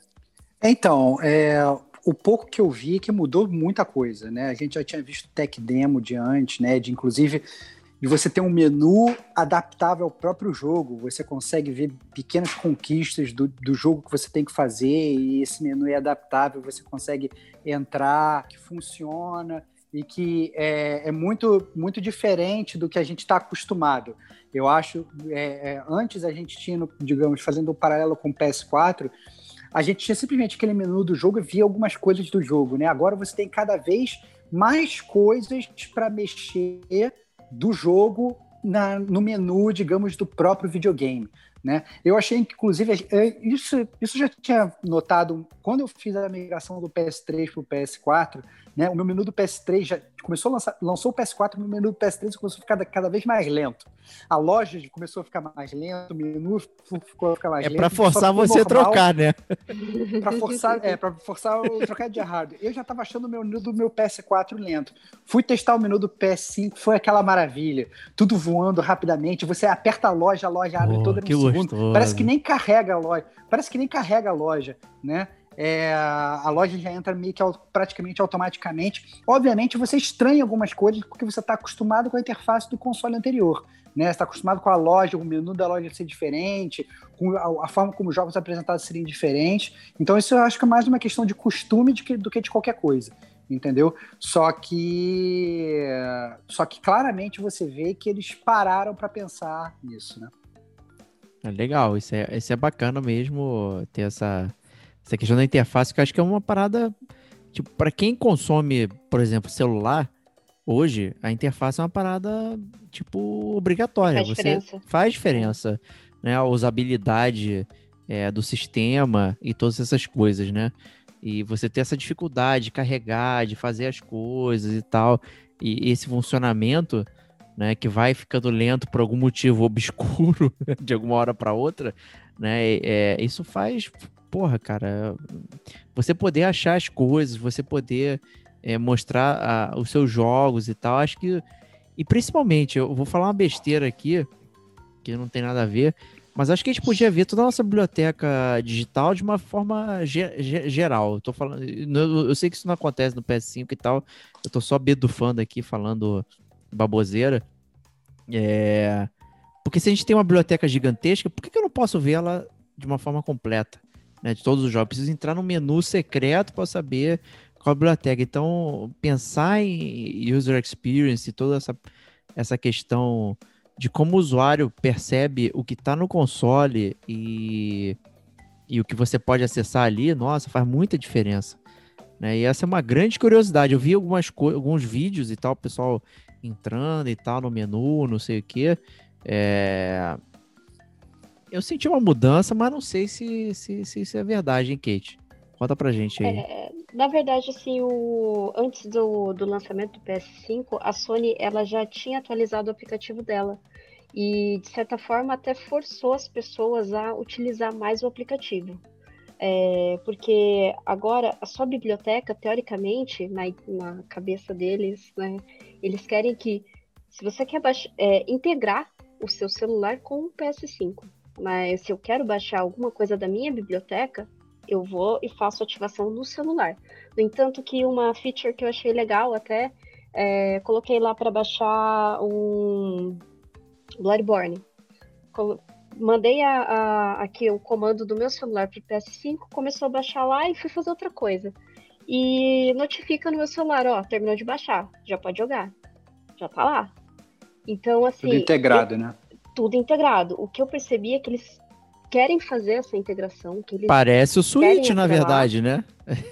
Então, é, o pouco que eu vi é que mudou muita coisa, né? A gente já tinha visto tech demo de antes, né? De inclusive de você ter um menu adaptável ao próprio jogo. Você consegue ver pequenas conquistas do, do jogo que você tem que fazer e esse menu é adaptável, você consegue entrar, que funciona e que é, é muito, muito diferente do que a gente está acostumado. Eu acho, é, é, antes a gente tinha, digamos, fazendo um paralelo com o P S quatro, a gente tinha simplesmente aquele menu do jogo e via algumas coisas do jogo, né? Agora você tem cada vez mais coisas para mexer do jogo na, no menu, digamos, do próprio videogame, né? Eu achei que, inclusive, isso, isso já tinha notado quando eu fiz a migração do P S três para o P S quatro, né? O meu menu do P S três já começou a lançar, lançou o P S quatro, o meu menu do P S três começou a ficar cada vez mais lento. A loja começou a ficar mais lento, o menu ficou a ficar mais é lento. É para forçar você a trocar, né? Para forçar, é, para forçar o trocar de hardware. Eu já estava achando o menu do meu P S quatro lento. Fui testar o menu do P S cinco, foi aquela maravilha. Tudo voando rapidamente. Você aperta a loja, a loja abre Oh, toda que no segundo. gostoso. Parece que nem carrega a loja. Parece que nem carrega a loja, né? É, a loja já entra meio que praticamente automaticamente. Obviamente, você estranha algumas coisas porque você está acostumado com a interface do console anterior, né? Você está acostumado com a loja, o menu da loja ser diferente, com a, a forma como os jogos apresentados seriam diferentes. Então isso eu acho que é mais uma questão de costume de que, do que de qualquer coisa, entendeu? Só que, só que claramente você vê que eles pararam para pensar nisso, né? É legal, isso é, isso é bacana mesmo, ter essa, essa questão da interface, que eu acho que é uma parada, tipo, para quem consome, por exemplo, celular, hoje, a interface é uma parada, tipo, obrigatória. Faz Você diferença. faz diferença, né? A usabilidade é, do sistema e todas essas coisas, né? E você ter essa dificuldade de carregar, de fazer as coisas e tal, e esse funcionamento, né, que vai ficando lento por algum motivo obscuro, de alguma hora para outra, né? É, isso faz, porra, cara, você poder achar as coisas, você poder é, mostrar a, os seus jogos e tal, acho que, e principalmente, eu vou falar uma besteira aqui, que não tem nada a ver, mas acho que a gente podia ver toda a nossa biblioteca digital de uma forma ge- ge- geral. Eu tô falando, eu, eu sei que isso não acontece no P S cinco e tal, eu tô só bedufando aqui, falando baboseira. É... Porque se a gente tem uma biblioteca gigantesca, por que, que eu não posso ver ela de uma forma completa, né, de todos os jogos? Eu preciso entrar no menu secreto para saber qual a biblioteca. Então, pensar em user experience e toda essa, essa questão de como o usuário percebe o que está no console e, e o que você pode acessar ali, nossa, faz muita diferença, né? E essa é uma grande curiosidade. Eu vi algumas co- alguns vídeos e tal, o pessoal entrando e tal no menu, não sei o quê. É... Eu senti uma mudança, mas não sei se, se, se isso é verdade, hein, Kate? Conta pra gente aí. É, na verdade, assim, o... antes do, do lançamento do P S cinco, a Sony ela já tinha atualizado o aplicativo dela. E, de certa forma, até forçou as pessoas a utilizar mais o aplicativo. É, porque agora a sua biblioteca, teoricamente, na, na cabeça deles, né, eles querem que, se você quer baix- é, integrar o seu celular com o P S cinco, mas se eu quero baixar alguma coisa da minha biblioteca, eu vou e faço ativação no celular. No entanto, que uma feature que eu achei legal até, é, coloquei lá para baixar um Bloodborne. Colo- Mandei a, a- aqui o comando do meu celular para o P S cinco, começou a baixar lá e fui fazer outra coisa. E notifica no meu celular, ó, terminou de baixar, já pode jogar, já tá lá. Então, Tudo assim, integrado, eu- né? tudo integrado. O que eu percebi é que eles querem fazer essa integração, que eles Parece o Switch, querem na atrelar. verdade, né?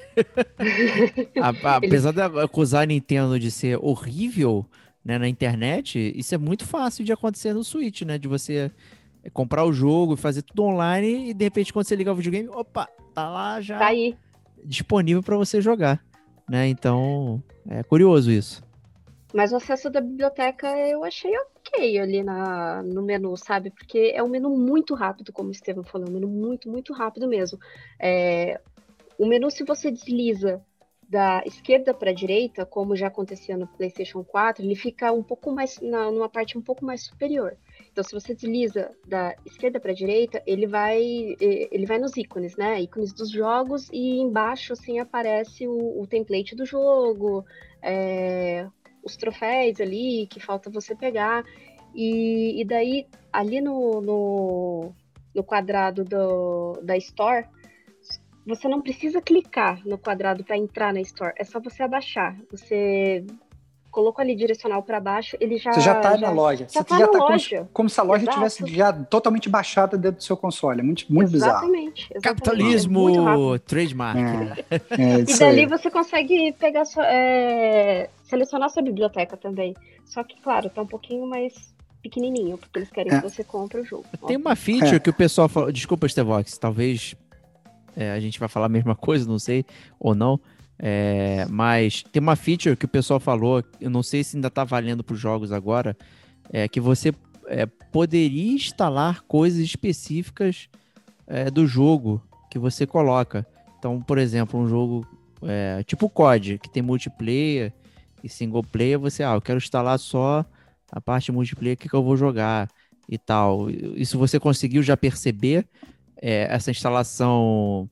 A- a- Eles, Apesar de acusar a Nintendo de ser horrível, né, na internet, isso é muito fácil de acontecer no Switch, né? De você comprar o jogo e fazer tudo online e de repente quando você ligar o videogame, opa, tá lá tá já aí. disponível para você jogar, né? Então, é curioso isso. Mas o acesso da biblioteca eu achei ok ali na, no menu, sabe? Porque é um menu muito rápido, como o Estevam falou, um menu muito, muito rápido mesmo. É, o menu, se você desliza da esquerda para a direita, como já acontecia no PlayStation quatro, ele fica um pouco mais, na, numa parte um pouco mais superior. Então, se você desliza da esquerda para a direita, ele vai, ele vai nos ícones, né? Ícones dos jogos e embaixo, assim, aparece o, o template do jogo, é, os troféus ali que falta você pegar. E, e daí, ali no, no, no quadrado do, da Store, você não precisa clicar no quadrado para entrar na Store, é só você abaixar. Você colocou ali direcional para baixo, ele já Você já tá já, na loja. já Você tá já na tá como se, loja. como se a loja Exato. tivesse já totalmente baixada dentro do seu console. É muito, muito bizarro. Exatamente, exatamente. É muito Capitalismo rápido. trademark. É, é E isso dali aí. você consegue pegar sua, é, selecionar sua biblioteca também. Só que, claro, tá um pouquinho mais pequenininho, porque eles querem É. que você compre o jogo. Tem Ó. uma feature É. que o pessoal fala. Desculpa, Stevox, talvez é, a gente vai falar a mesma coisa, não sei, ou não. É, mas tem uma feature que o pessoal falou, eu não sei se ainda tá valendo para os jogos agora, é que você é, poderia instalar coisas específicas é, do jogo que você coloca. Então, por exemplo, um jogo é, tipo o C O D, que tem multiplayer e single player, você, ah, eu quero instalar só a parte multiplayer que, que eu vou jogar e tal. Isso você conseguiu já perceber é, essa instalação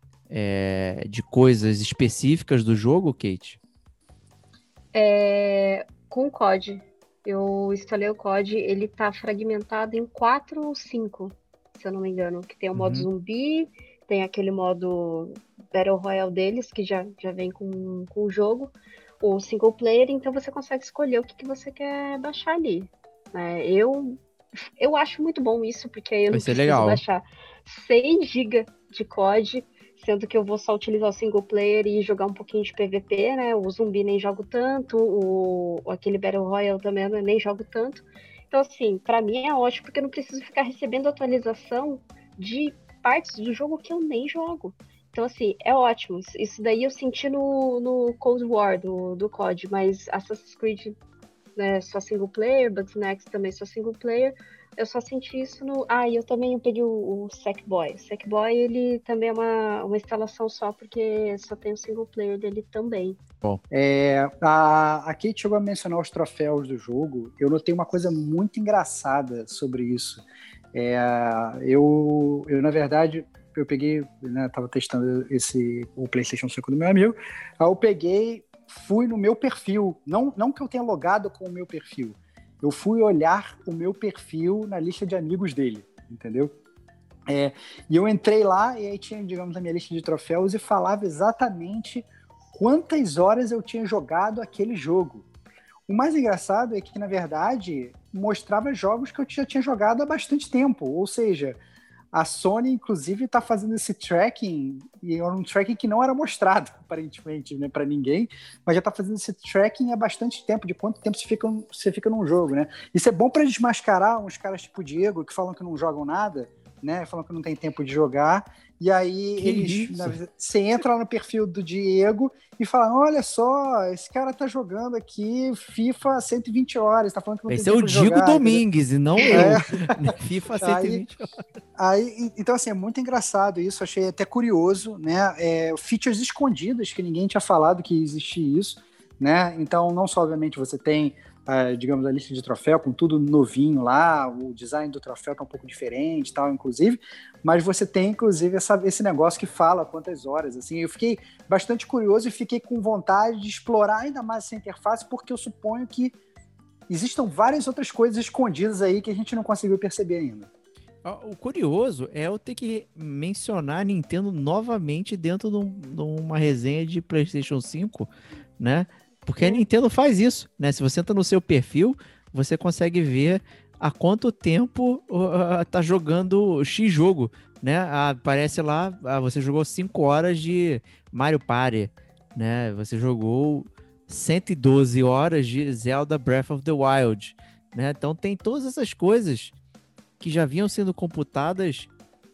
é, de coisas específicas do jogo, Kate? É, com o C O D. Eu instalei o C O D, ele tá fragmentado em quatro ou cinco, se eu não me engano. Que tem o modo Uhum. zumbi, tem aquele modo Battle Royale deles, que já, já vem com, com o jogo, o single player, então você consegue escolher o que, que você quer baixar ali. É, eu, eu acho muito bom isso, porque aí eu Vai não ser preciso legal. baixar seis gigas de C O D, sendo que eu vou só utilizar o single player e jogar um pouquinho de P V P, né? O zumbi nem jogo tanto, o, aquele Battle Royale também eu nem jogo tanto. Então, assim, pra mim é ótimo, porque eu não preciso ficar recebendo atualização de partes do jogo que eu nem jogo. Então, assim, é ótimo. Isso- Isso daí eu senti no, no Cold War do, do C O D, mas Assassin's Creed, né, só single player, Bugsnax também só single player. Eu só senti isso no. Ah, e eu também peguei o, o Sackboy. O Sackboy, ele também é uma, uma instalação só, porque só tem o single player dele também. É, a, a Kate chegou a mencionar os troféus do jogo. Eu notei uma coisa muito engraçada sobre isso. É, eu, eu, na verdade, eu peguei, né, tava testando esse, o PlayStation cinco do meu amigo, aí eu peguei, fui no meu perfil, não, não que eu tenha logado com o meu perfil, eu fui olhar o meu perfil na lista de amigos dele, entendeu? É, e eu entrei lá e aí tinha, digamos, a minha lista de troféus e falava exatamente quantas horas eu tinha jogado aquele jogo. O mais engraçado é que, na verdade, mostrava jogos que eu já tinha jogado há bastante tempo. Ou seja, a Sony, inclusive, está fazendo esse tracking, e era um tracking que não era mostrado, aparentemente, né, para ninguém, mas já está fazendo esse tracking há bastante tempo, de quanto tempo você fica, você fica num jogo, né? Isso é bom para desmascarar uns caras tipo o Diego, que falam que não jogam nada, né? Falam que não tem tempo de jogar. E aí Que eles, isso? na, você entra lá no perfil do Diego e fala: olha só, esse cara tá jogando aqui FIFA cento e vinte horas, tá falando que não tem Esse é o tempo de Diego jogar. Entendeu? Domingues e não É. eu. FIFA cento e vinte. Aí, aí, então, assim, é muito engraçado isso, achei até curioso, né? É, features escondidas que ninguém tinha falado que existia isso, né? Então, não só, obviamente, você tem, uh, digamos, a lista de troféu com tudo novinho lá, o design do troféu tá um pouco diferente, tal, inclusive, mas você tem, inclusive, essa, esse negócio que fala quantas horas, assim. Eu fiquei bastante curioso e fiquei com vontade de explorar ainda mais essa interface, porque eu suponho que existam várias outras coisas escondidas aí que a gente não conseguiu perceber ainda. O curioso é eu ter que mencionar a Nintendo novamente dentro de, um, de uma resenha de PlayStation cinco, né? Porque a Nintendo faz isso, né? Se você entra no seu perfil, você consegue ver há quanto tempo uh, tá jogando X jogo, né? Ah, aparece lá, ah, você jogou cinco horas de Mario Party, né? Você jogou cento e doze horas de Zelda Breath of the Wild, né? Então tem todas essas coisas que já vinham sendo computadas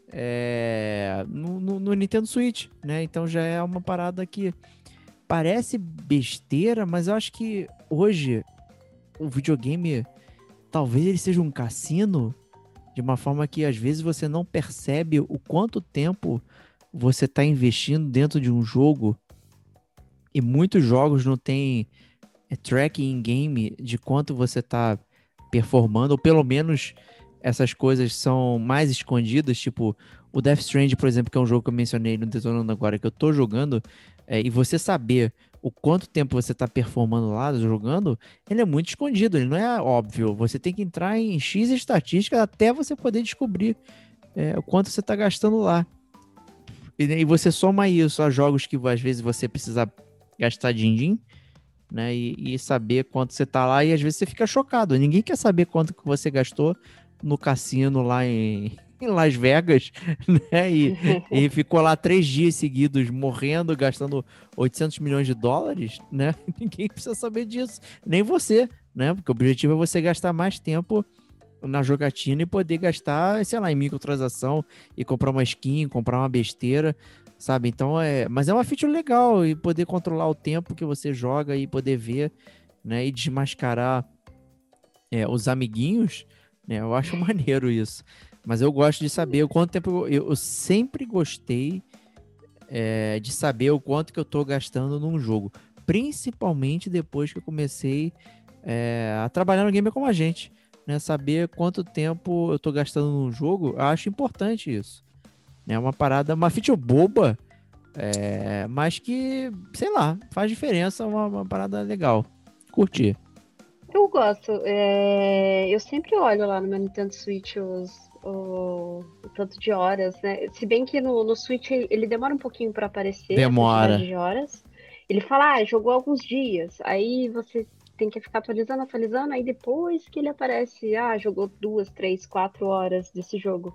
é, no, no, no Nintendo Switch, né? Então já é uma parada que parece besteira, mas eu acho que hoje o videogame talvez ele seja um cassino de uma forma que às vezes você não percebe o quanto tempo você está investindo dentro de um jogo, e muitos jogos não tem é, tracking in game de quanto você está performando, ou pelo menos essas coisas são mais escondidas, tipo o Death Stranding, por exemplo, que é um jogo que eu mencionei no Detonando agora, que eu tô jogando, é, e você saber o quanto tempo você tá performando lá, jogando, ele é muito escondido, ele não é óbvio. Você tem que entrar em X estatística até você poder descobrir é, o quanto você tá gastando lá. E, e você soma isso a jogos que às vezes você precisa gastar din-din, né, e, e saber quanto você tá lá, e às vezes você fica chocado. Ninguém quer saber quanto que você gastou no cassino lá em, em Las Vegas, né? E, e ficou lá três dias seguidos morrendo, gastando oitocentos milhões de dólares, né? Ninguém precisa saber disso, nem você, né? Porque o objetivo é você gastar mais tempo na jogatina e poder gastar, sei lá, em microtransação e comprar uma skin, comprar uma besteira, sabe? Então é, mas é uma feature legal e poder controlar o tempo que você joga e poder ver, né? E desmascarar é, os amiguinhos. Eu acho maneiro isso. Mas eu gosto de saber o quanto tempo... Eu, eu sempre gostei é, de saber o quanto que eu tô gastando num jogo. Principalmente depois que eu comecei é, a trabalhar no Gamer Como a Gente. Né? Saber quanto tempo eu tô gastando num jogo, eu acho importante isso. É uma parada, uma feature boba, é, mas que, sei lá, faz diferença, uma, uma parada legal. Curti. Eu gosto. É, Eu sempre olho lá no meu Nintendo Switch os, o, o tanto de horas, né? Se bem que no, no Switch ele demora um pouquinho para aparecer a quantidade Demora. de horas. Ele fala, ah, jogou alguns dias. Aí você tem que ficar atualizando, atualizando. Aí depois que ele aparece, ah, jogou duas, três, quatro horas desse jogo.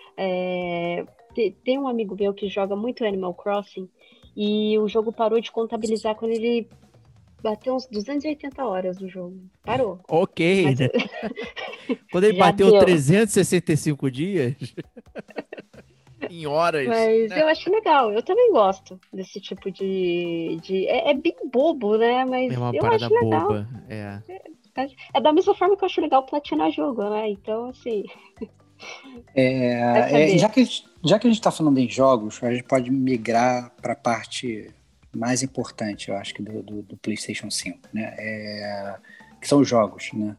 É, te- Tem um amigo meu que joga muito Animal Crossing e o jogo parou de contabilizar quando ele bateu uns duzentas e oitenta horas no jogo. Parou. Ok, Mas né? Quando ele já bateu deu. trezentos e sessenta e cinco dias em horas, Mas né? eu acho legal. Eu também gosto desse tipo de. de... É, é bem bobo, né? Mas É uma eu parada acho legal. boba. É. É da mesma forma que eu acho legal platinar jogo, né? Então, assim, vai É, é, já saber. que, já que a gente está falando em jogos, a gente pode migrar para a parte mais importante, eu acho, que do, do, do PlayStation cinco, né? É, que são os jogos, né?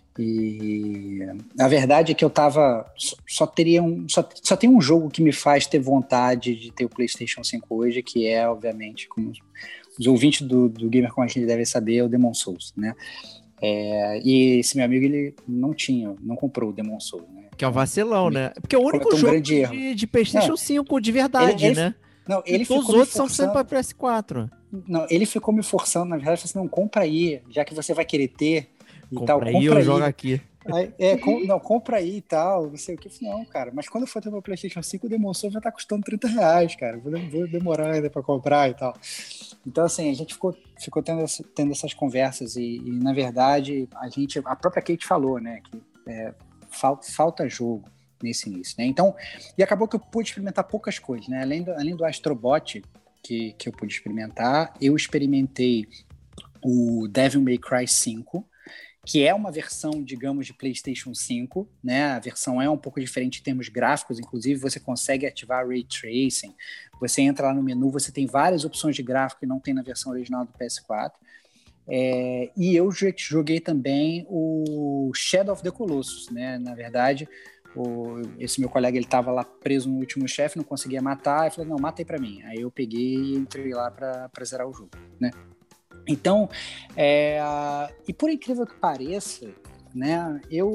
E a verdade é que eu tava. Só, só teria um. Só, só tem um jogo que me faz ter vontade de ter o PlayStation cinco hoje, que é, obviamente, como os ouvintes do, do Gamer como a gente deve saber, é o Demon Souls, né? É, e esse meu amigo, ele não tinha, não comprou o Demon Souls, né? Que é um Então, vacilão, come- né? Porque é o único cometeu um jogo grande erro. de, de Não, PlayStation cinco de ele, verdade, ele, né? não, E ele todos os ficou me outros são sendo pra forçando. P S quatro. Não, ele ficou me forçando, na verdade, falou assim, não, compra aí, já que você vai querer ter e tal, Compra aí, compra eu jogo aí. aqui. Aí, é, com, não, compra aí e tal, não sei o que. Eu falei, não, cara, mas quando eu for ter meu PlayStation cinco, o Demon Souls já tá custando trinta reais, cara. Vou, vou demorar ainda pra comprar e tal. Então, assim, a gente ficou, ficou tendo, essa- tendo essas conversas e, e, na verdade, a gente, a própria Kate falou, né, que é, fal, falta jogo nesse início, né? Então, e acabou que eu pude experimentar poucas coisas, né? Além do, além do Astrobot, que, que eu pude experimentar, eu experimentei o Devil May Cry cinco, que é uma versão, digamos, de PlayStation cinco, né? A versão é um pouco diferente em termos gráficos, inclusive você consegue ativar Ray Tracing, você entra lá no menu, você tem várias opções de gráfico que não tem na versão original do P S quatro. É, e eu joguei também o Shadow of the Colossus, né? Na verdade, o, esse meu colega, ele estava lá preso no último chefe, não conseguia matar, e falou, não, mata aí pra mim. Aí eu peguei e entrei lá pra, pra zerar o jogo, né? Então, é, e por incrível que pareça, né, eu,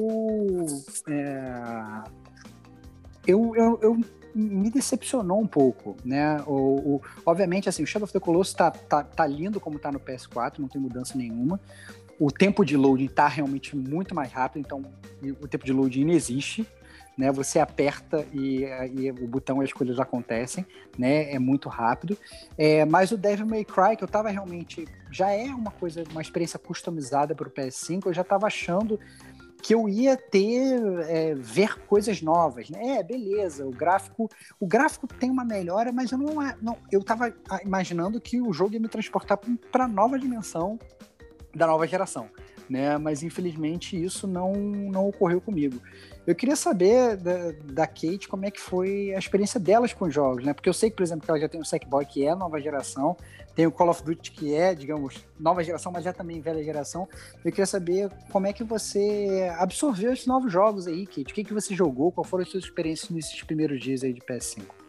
é, eu, eu, eu me decepcionou um pouco, né? O, o, obviamente, assim, o Shadow of the Colossus tá, tá, tá lindo como tá no P S quatro, não tem mudança nenhuma. O tempo de loading tá realmente muito mais rápido, então o tempo de loading não existe, né? Você aperta e, e o botão e as coisas acontecem, né? É muito rápido. É, mas o Devil May Cry, que eu tava realmente... Já é uma coisa, uma experiência customizada para o P S cinco, eu já tava achando que eu ia ter, é, ver coisas novas, né? É, beleza, o gráfico, o gráfico tem uma melhora, mas eu não, não eu tava imaginando que o jogo ia me transportar para nova dimensão da nova geração, né? Mas infelizmente isso não, não ocorreu comigo. Eu queria saber da, da Kate como é que foi a experiência delas com os jogos, né? Porque eu sei que, por exemplo, que ela já tem o Sackboy, que é nova geração, tem o Call of Duty, que é, digamos, nova geração, mas já também velha geração. Eu queria saber como é que você absorveu esses novos jogos aí, Kate. O que, que você jogou? Qual foram as suas experiências nesses primeiros dias aí de P S cinco?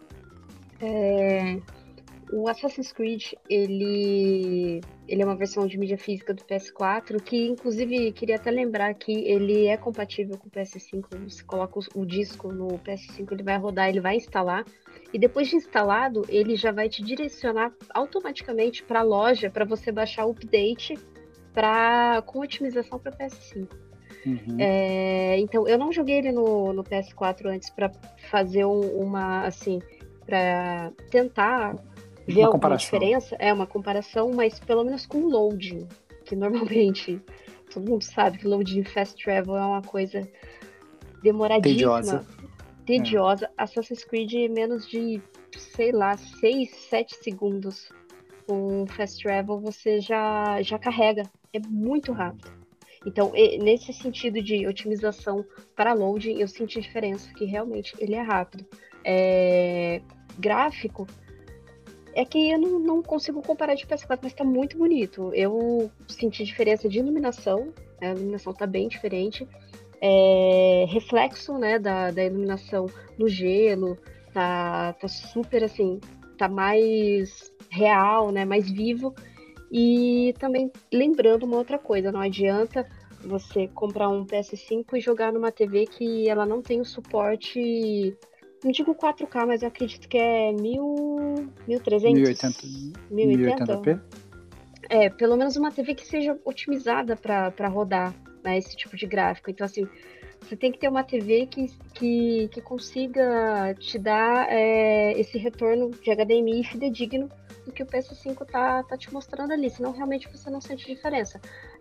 É, O Assassin's Creed, ele, ele é uma versão de mídia física do P S quatro, que inclusive queria até lembrar que ele é compatível com o P S cinco. Você coloca o, o disco no P S cinco, ele vai rodar, ele vai instalar. E depois de instalado, ele já vai te direcionar automaticamente para a loja para você baixar o update pra, com otimização para P S cinco. Uhum. É, então, eu não joguei ele no, no P S quatro antes para fazer um, uma, assim, para tentar ver Uma alguma comparação. diferença. É uma comparação, mas pelo menos com loading, que normalmente todo mundo sabe que loading fast travel é uma coisa demoradíssima, Tediosa. tediosa. Assassin's Creed menos de, sei lá, seis, sete segundos com fast travel você já, já carrega. É muito rápido. Então, nesse sentido de otimização para loading, eu senti diferença, que realmente ele é rápido. É... Gráfico, é que eu não, não consigo comparar de P S quatro, mas está muito bonito. Eu senti diferença de iluminação, a iluminação está bem diferente. É... Reflexo, né, da, da iluminação no gelo, tá, tá super assim, tá mais real, né, mais vivo. E também lembrando uma outra coisa, não adianta você comprar um P S cinco e jogar numa T V que ela não tem o suporte, não digo quatro K, mas eu acredito que é mil, mil e trezentos, mil e oitenta, mil e mil e oitenta. oitenta p? É, pelo menos uma T V que seja otimizada para rodar, né, esse tipo de gráfico. Então, assim, você tem que ter uma T V que, que, que consiga te dar é, esse retorno de H D M I fidedigno do que o P S cinco tá, tá te mostrando ali, senão realmente você não sente diferença.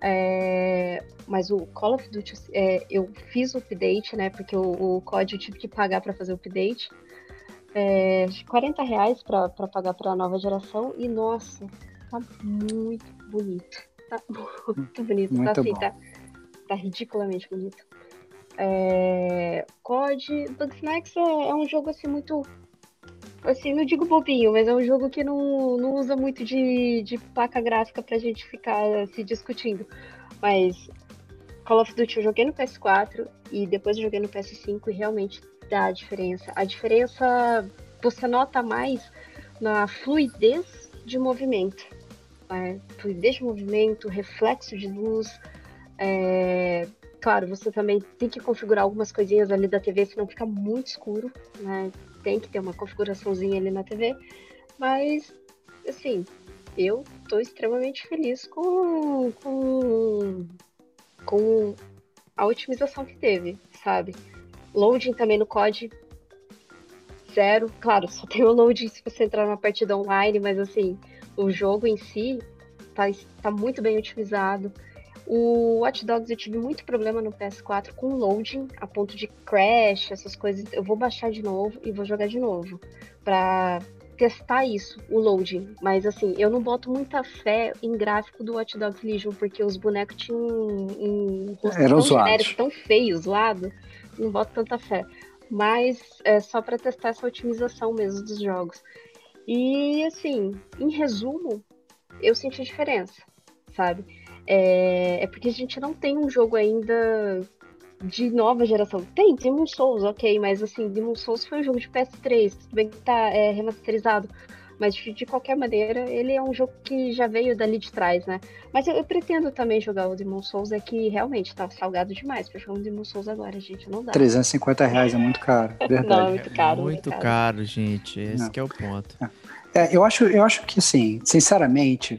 É, mas o Call of Duty, é, eu fiz o update, né, porque o, o C O D eu tive que pagar para fazer o update, é, quarenta reais para pagar para a nova geração, e nossa, tá muito bonito, tá muito bonito, Muito tá assim, bom. tá, tá ridiculamente bonito. É, C O D, Bugsnax é, é um jogo assim muito, assim, não digo bobinho, mas é um jogo que não, não usa muito de, de placa gráfica pra gente ficar se discutindo. Mas Call of Duty eu joguei no P S quatro e depois eu joguei no P S cinco e realmente dá a diferença. A diferença você nota mais na fluidez de movimento, né? Fluidez de movimento, reflexo de luz. É... Claro, você também tem que configurar algumas coisinhas ali da T V, senão fica muito escuro, né? Tem que ter uma configuraçãozinha ali na T V, mas, assim, eu tô extremamente feliz com, com, com a otimização que teve, sabe? Loading também no C O D, zero. Claro, só tem o loading se você entrar numa partida online, mas, assim, o jogo em si tá, tá muito bem otimizado. O Watch Dogs eu tive muito problema no P S quatro com loading, a ponto de crash, essas coisas. Eu vou baixar de novo e vou jogar de novo pra testar isso, o loading. Mas assim, eu não boto muita fé em gráfico do Watch Dogs Legion, porque os bonecos tinham um, um rosto Eram tão zoados. genérico, tão feio, zoado. Não boto tanta fé. Mas é só pra testar essa otimização mesmo dos jogos. E assim, em resumo, eu senti a diferença, sabe? É, é porque a gente não tem um jogo ainda de nova geração. Tem, Demon's Souls, ok, mas assim, Demon's Souls foi um jogo de P S três, tudo bem que tá é, remasterizado, mas de, de qualquer maneira, ele é um jogo que já veio dali de trás, né? Mas eu, eu pretendo também jogar o Demon's Souls, é que realmente tá salgado demais pra jogar um Demon's Souls agora, gente, não dá. trezentos e cinquenta reais é muito caro, verdade. Não, é muito caro. Muito muito caro. caro, gente. Esse Não. que é o ponto. É, eu acho, eu acho que, assim, sinceramente,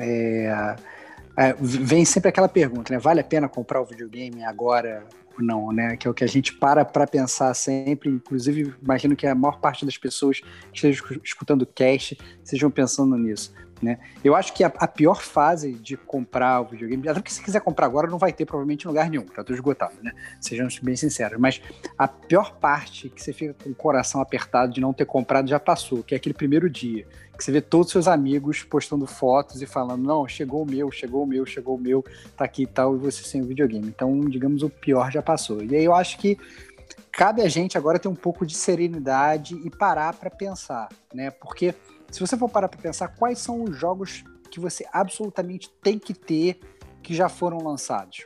é, é, vem sempre aquela pergunta, né? Vale a pena comprar o videogame agora ou não, né? Que é o que a gente para para pensar sempre. Inclusive, imagino que a maior parte das pessoas que estejam escutando o cast estejam pensando nisso, né? Eu acho que a, a pior fase de comprar o videogame, até porque se quiser comprar agora não vai ter provavelmente em lugar nenhum, tá tudo esgotado, né? Sejamos bem sinceros, mas a pior parte que você fica com o coração apertado de não ter comprado já passou, que é aquele primeiro dia, que você vê todos os seus amigos postando fotos e falando, não, chegou o meu, chegou o meu, chegou o meu, tá aqui e tal, e você sem o videogame. Então, digamos, o pior já passou. E aí eu acho que cabe a gente agora ter um pouco de serenidade e parar para pensar, né? Porque se você for parar para pensar, quais são os jogos que você absolutamente tem que ter que já foram lançados?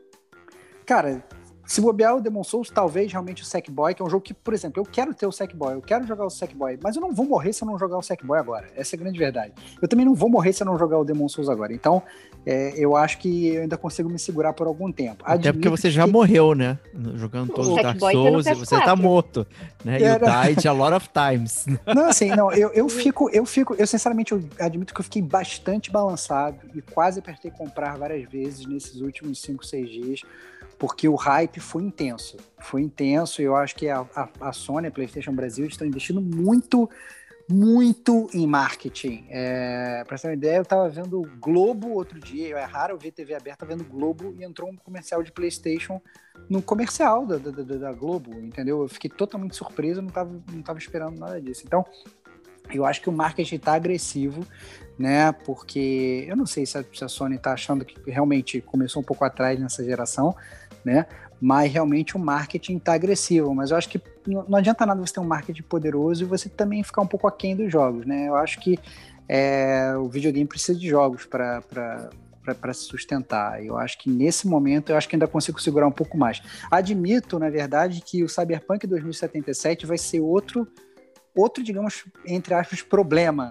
Cara, se bobear o Demon's Souls, talvez realmente o Sackboy, que é um jogo que, por exemplo, eu quero ter o Sackboy, eu quero jogar o Sackboy, mas eu não vou morrer se eu não jogar o Sackboy agora. Essa é a grande verdade. Eu também não vou morrer se eu não jogar o Demon's Souls agora. Então, é, eu acho que eu ainda consigo me segurar por algum tempo. Até porque você que... já morreu, né? Jogando todos O os Dark Sackboy tá no Souls e P S você tá quatro. morto, né? Era... You died a lot of times. Não, assim, não, eu, eu fico, eu fico, eu sinceramente eu admito que eu fiquei bastante balançado e quase apertei comprar várias vezes nesses últimos cinco, seis dias, porque o hype foi intenso, foi intenso, e eu acho que a, a, a Sony, a PlayStation Brasil, estão investindo muito, muito em marketing. É, pra ter uma ideia, eu tava vendo o Globo outro dia, é raro eu ver T V aberta vendo Globo, e entrou um comercial de PlayStation no comercial da, da, da, da Globo, entendeu? Eu fiquei totalmente surpreso, não tava, não tava esperando nada disso. Então, eu acho que o marketing está agressivo, né? Porque eu não sei se a, se a Sony está achando que realmente começou um pouco atrás nessa geração, né? Mas realmente o marketing está agressivo. Mas eu acho que não, não adianta nada você ter um marketing poderoso e você também ficar um pouco aquém dos jogos, né? Eu acho que é, o videogame precisa de jogos para para se sustentar. Eu acho que nesse momento eu acho que ainda consigo segurar um pouco mais. Admito, na verdade, que o Cyberpunk dois mil e setenta e sete vai ser outro outro, digamos, entre aspas, problema,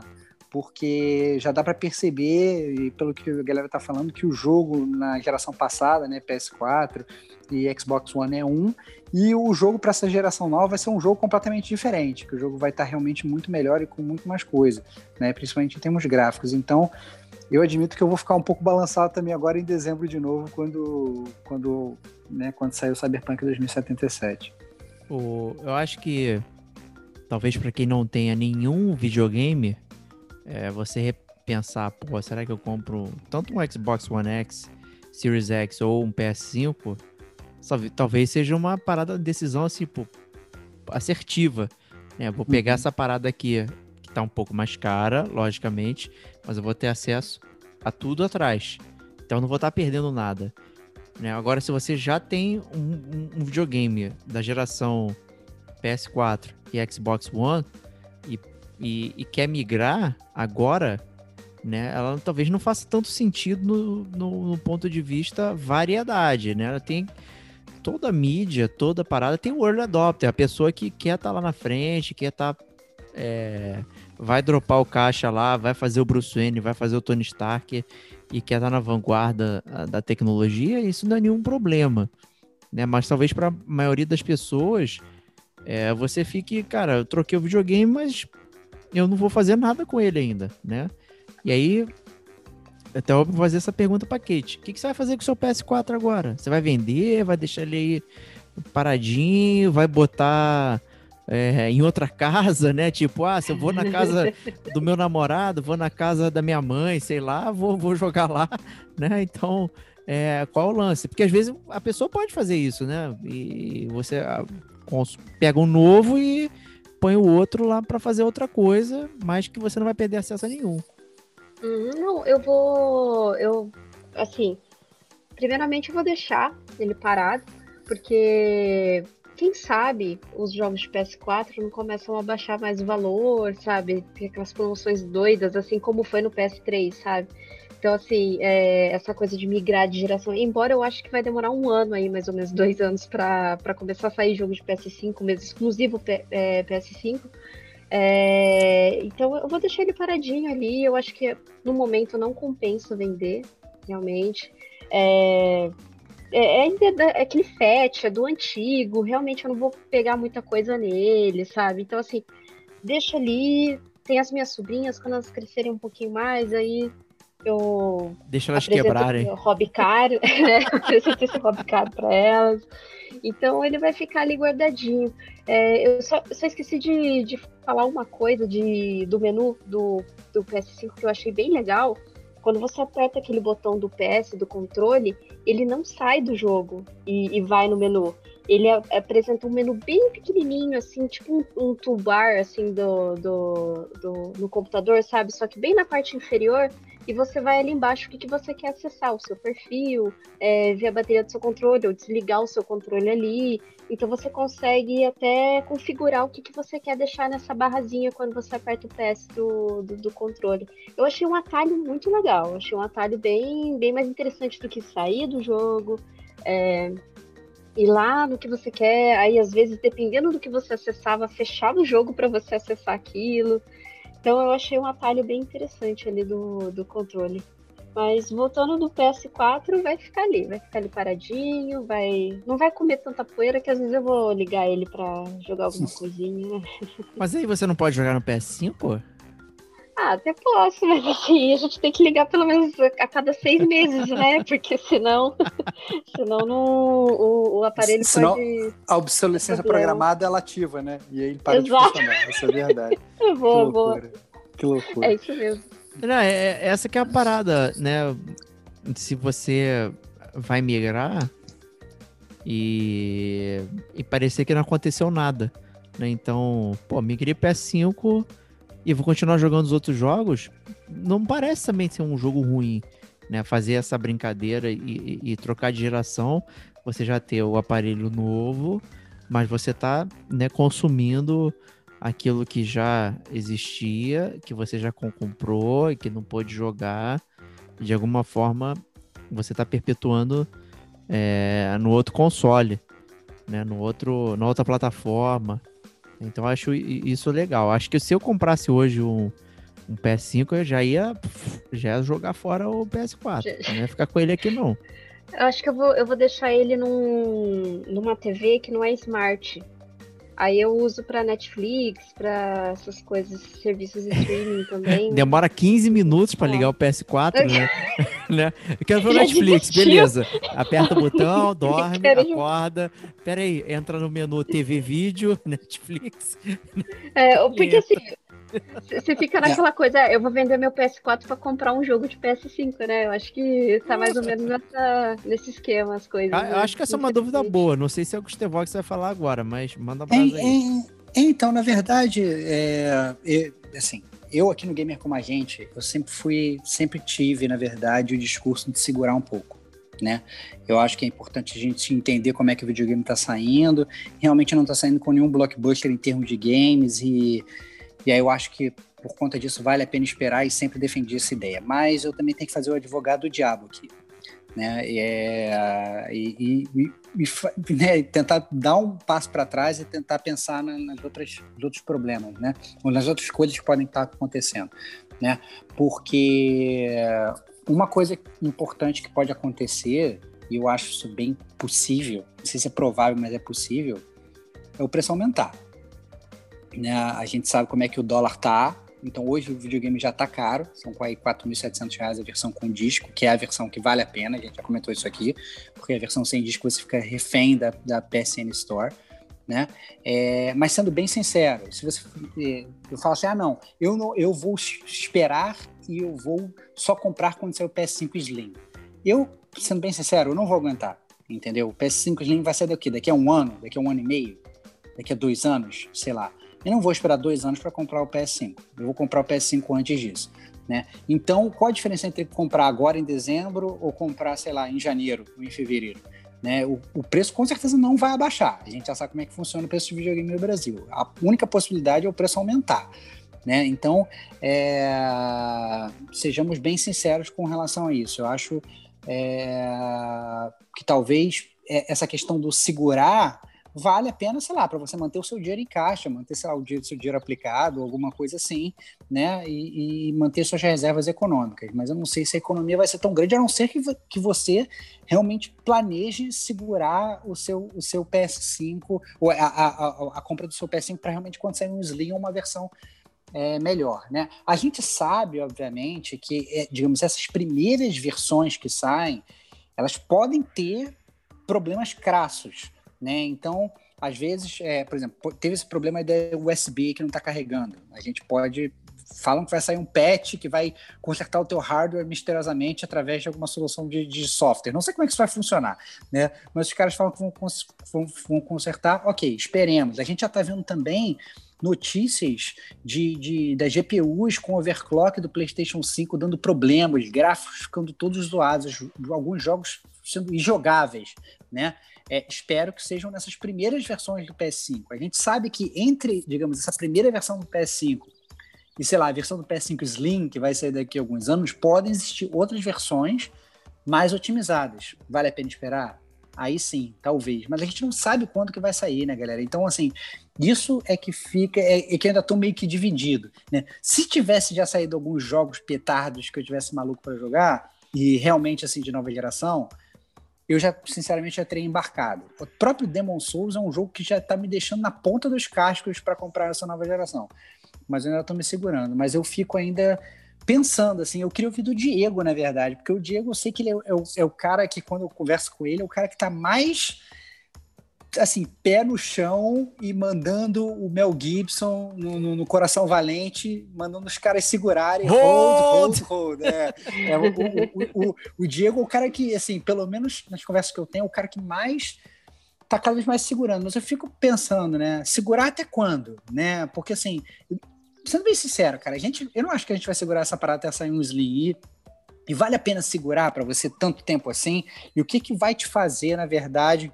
porque já dá para perceber, e pelo que a galera tá falando, que o jogo na geração passada, né, P S quatro e Xbox One é um, e o jogo para essa geração nova vai ser um jogo completamente diferente, que o jogo vai estar realmente muito melhor e com muito mais coisa, né, principalmente em termos gráficos. Então, eu admito que eu vou ficar um pouco balançado também agora em dezembro de novo, quando, quando, né, quando sair o Cyberpunk dois mil e setenta e sete. O, eu acho que, talvez para quem não tenha nenhum videogame, é, você repensar, pô, será que eu compro tanto um Xbox One X, Series X ou um P S cinco? Talvez seja uma parada, decisão assim, pô, assertiva, né? Vou pegar uhum. essa parada aqui, que tá um pouco mais cara, logicamente, mas eu vou ter acesso a tudo atrás. Então eu não vou estar perdendo nada, né? Agora, se você já tem um, um, um videogame da geração P S quatro e Xbox One e, e, e quer migrar agora, né? Ela talvez não faça tanto sentido no, no, no ponto de vista variedade, né? Ela tem toda a mídia, toda a parada, tem o early adopter, a pessoa que quer estar tá lá na frente, quer estar... Tá, é, vai dropar o caixa lá, vai fazer o Bruce Wayne, vai fazer o Tony Stark e quer estar na vanguarda da tecnologia, isso não é nenhum problema, né? Mas talvez para a maioria das pessoas, é, você fique, cara, eu troquei o videogame, mas eu não vou fazer nada com ele ainda, né? E aí, até eu vou fazer essa pergunta para Kate. O que, que você vai fazer com o seu P S quatro agora? Você vai vender, vai deixar ele aí paradinho, vai botar... É, em outra casa, né? Tipo, ah, se eu vou na casa do meu namorado, vou na casa da minha mãe, sei lá, vou, vou jogar lá, né? Então, é, qual é o lance? Porque às vezes a pessoa pode fazer isso, né? E você pega um novo e põe o outro lá para fazer outra coisa, mas que você não vai perder acesso a nenhum. Não, eu vou... Eu, assim, primeiramente eu vou deixar ele parado, porque... Quem sabe os jogos de P S quatro não começam a baixar mais o valor, sabe? Tem aquelas promoções doidas, assim como foi no P S três, sabe? Então, assim, é, essa coisa de migrar de geração... Embora eu acho que vai demorar um ano aí, mais ou menos dois anos, para começar a sair jogo de P S cinco, mesmo exclusivo P, é, P S cinco. É, então, eu vou deixar ele paradinho ali. Eu acho que no momento não compensa vender, realmente. É... É, ainda é aquele fat, é do antigo, realmente eu não vou pegar muita coisa nele, sabe? Então, assim, deixa ali, tem as minhas sobrinhas, quando elas crescerem um pouquinho mais, aí eu... Deixa elas quebrarem. Hobby caro, né? Apresento esse hobby caro pra elas. Então, ele vai ficar ali guardadinho. É, eu, só, eu só esqueci de, de falar uma coisa de, do menu do, do P S cinco que eu achei bem legal. Quando você aperta aquele botão do P S, do controle, ele não sai do jogo e, e vai no menu. Ele a, apresenta um menu bem pequenininho, assim, tipo um, um toolbar, assim, do, do, do, no computador, sabe? Só que bem na parte inferior, e você vai ali embaixo o que, que você quer acessar, o seu perfil, é, ver a bateria do seu controle, ou desligar o seu controle ali. Então você consegue até configurar o que, que você quer deixar nessa barrazinha quando você aperta o P S do, do, do controle. Eu achei um atalho muito legal, achei um atalho bem, bem mais interessante do que sair do jogo, é, ir lá no que você quer, aí às vezes, dependendo do que você acessava, fechava o jogo para você acessar aquilo. Então eu achei um atalho bem interessante ali do, do controle. Mas voltando do P S quatro, vai ficar ali, vai ficar ali paradinho, vai... não vai comer tanta poeira que às vezes eu vou ligar ele pra jogar alguma coisinha, né? Mas aí você não pode jogar no P S cinco, pô? Ah, até posso, mas assim, a gente tem que ligar pelo menos a cada seis meses, né? Porque senão, senão não, o, o aparelho senão, pode... a obsolescência programada ela ativa, né? E aí ele para Exato. de funcionar, isso é verdade. Eu vou, que loucura, vou. Que loucura. É isso mesmo. Não, é, essa que é a parada, né? Se você vai migrar e, e parecer que não aconteceu nada, né? Então, pô, migrei P S cinco e vou continuar jogando os outros jogos, não parece também ser um jogo ruim, né? Fazer essa brincadeira e, e, e trocar de geração, você já ter o aparelho novo, mas você tá, né, consumindo aquilo que já existia, que você já comprou e que não pôde jogar. De alguma forma, você está perpetuando é, no outro console, né? no outro, na outra plataforma. Então, eu acho isso legal. Acho que se eu comprasse hoje um, um P S cinco eu já ia, já ia jogar fora o P S quatro. Não ia ficar com ele aqui, não. Eu acho que eu vou, eu vou deixar ele num, numa T V que não é smart. Aí eu uso pra Netflix, pra essas coisas, serviços de streaming também. Demora quinze minutos pra ligar o P S quatro, né? né? Eu quero ver o Netflix, beleza. Aperta o botão, dorme, acorda. Pera aí, entra no menu T V Vídeo, Netflix. É, porque assim, você fica naquela coisa, ah, eu vou vender meu P S quatro pra comprar um jogo de P S cinco, né? Eu acho que tá mais ou menos nessa, nesse esquema as coisas. Eu, eu acho que essa é uma dúvida boa. Não sei se é o que o Stevox vai falar agora, mas manda pra é, aí. É, então, na verdade, é, é, assim, eu aqui no Gamer Como a Gente, eu sempre fui, sempre tive, na verdade, o discurso de segurar um pouco, né? Eu acho que é importante a gente entender como é que o videogame tá saindo. Realmente não tá saindo com nenhum blockbuster em termos de games e E aí eu acho que, por conta disso, vale a pena esperar e sempre defendi essa ideia. Mas eu também tenho que fazer o advogado do diabo aqui. Né? E, é, e, e, e né? tentar dar um passo para trás e tentar pensar na, nas outras, nos outros problemas, né? Ou nas outras coisas que podem estar acontecendo. Né? Porque uma coisa importante que pode acontecer, e eu acho isso bem possível, não sei se é provável, mas é possível, é o preço aumentar. Né, a gente sabe como é que o dólar tá, então hoje o videogame já tá caro, são quatro mil e setecentos reais a versão com disco, que é a versão que vale a pena, a gente já comentou isso aqui, porque a versão sem disco você fica refém da, da P S N Store, né? É, mas sendo bem sincero, se você eu falo assim, ah não, eu, não, eu vou esperar e eu vou só comprar quando sair o P S cinco Slim. Eu, sendo bem sincero, eu não vou aguentar, entendeu? O P S cinco Slim vai sair daqui, daqui a um ano, daqui a um ano e meio, daqui a dois anos, sei lá. Eu não vou esperar dois anos para comprar o P S cinco. Eu vou comprar o P S cinco antes disso. Né? Então, qual a diferença entre comprar agora em dezembro ou comprar, sei lá, em janeiro ou em fevereiro? Né? O, o preço com certeza não vai abaixar. A gente já sabe como é que funciona o preço de videogame no Brasil. A única possibilidade é o preço aumentar. Né? Então, é... sejamos bem sinceros com relação a isso. Eu acho é... que talvez essa questão do segurar vale a pena, sei lá, para você manter o seu dinheiro em caixa, manter, sei lá, o seu dinheiro aplicado, alguma coisa assim, né, e, e manter suas reservas econômicas. Mas eu não sei se a economia vai ser tão grande, a não ser que, que você realmente planeje segurar o seu, o seu P S cinco, ou a, a, a, a compra do seu P S cinco para realmente quando sair um Slim ou uma versão é, melhor, né? A gente sabe, obviamente, que, é, digamos, essas primeiras versões que saem, elas podem ter problemas crassos, né? Então, às vezes, é, por exemplo, teve esse problema da U S B que não está carregando. A gente pode... Falam que vai sair um patch que vai consertar o teu hardware misteriosamente através de alguma solução de, de software. Não sei como é que isso vai funcionar, né? Mas os caras falam que vão, vão, vão consertar. Ok, esperemos. A gente já está vendo também notícias de, de, das G P Us com overclock do PlayStation cinco dando problemas, gráficos ficando todos zoados, alguns jogos sendo injogáveis, né? É, espero que sejam nessas primeiras versões do P S cinco. A gente sabe que entre, digamos, essa primeira versão do P S cinco e, sei lá, a versão do P S cinco Slim, que vai sair daqui a alguns anos, podem existir outras versões mais otimizadas. Vale a pena esperar? Aí sim, talvez. Mas a gente não sabe quando que vai sair, né, galera? Então, assim, isso é que fica, é, é que eu ainda tô meio que dividido, né? Se tivesse já saído alguns jogos petardos que eu tivesse maluco para jogar, e realmente, assim, de nova geração, eu já, sinceramente, já teria embarcado. O próprio Demon's Souls é um jogo que já tá me deixando na ponta dos cascos para comprar essa nova geração. Mas eu ainda tô me segurando. Mas eu fico ainda pensando, assim, eu queria ouvir do Diego, na verdade, porque o Diego, eu sei que ele é, é, o, é o cara que, quando eu converso com ele, é o cara que tá mais, assim, pé no chão e mandando o Mel Gibson no, no, no Coração Valente, mandando os caras segurarem, hold, hold, hold. É, é, o, o, o, o Diego é o cara que, assim, pelo menos nas conversas que eu tenho, é o cara que mais tá cada vez mais segurando. Mas eu fico pensando, né, segurar até quando, né? Porque, assim, sendo bem sincero, cara, a gente, eu não acho que a gente vai segurar essa parada até sair um Slim, e vale a pena segurar para você tanto tempo assim, e o que que vai te fazer, na verdade,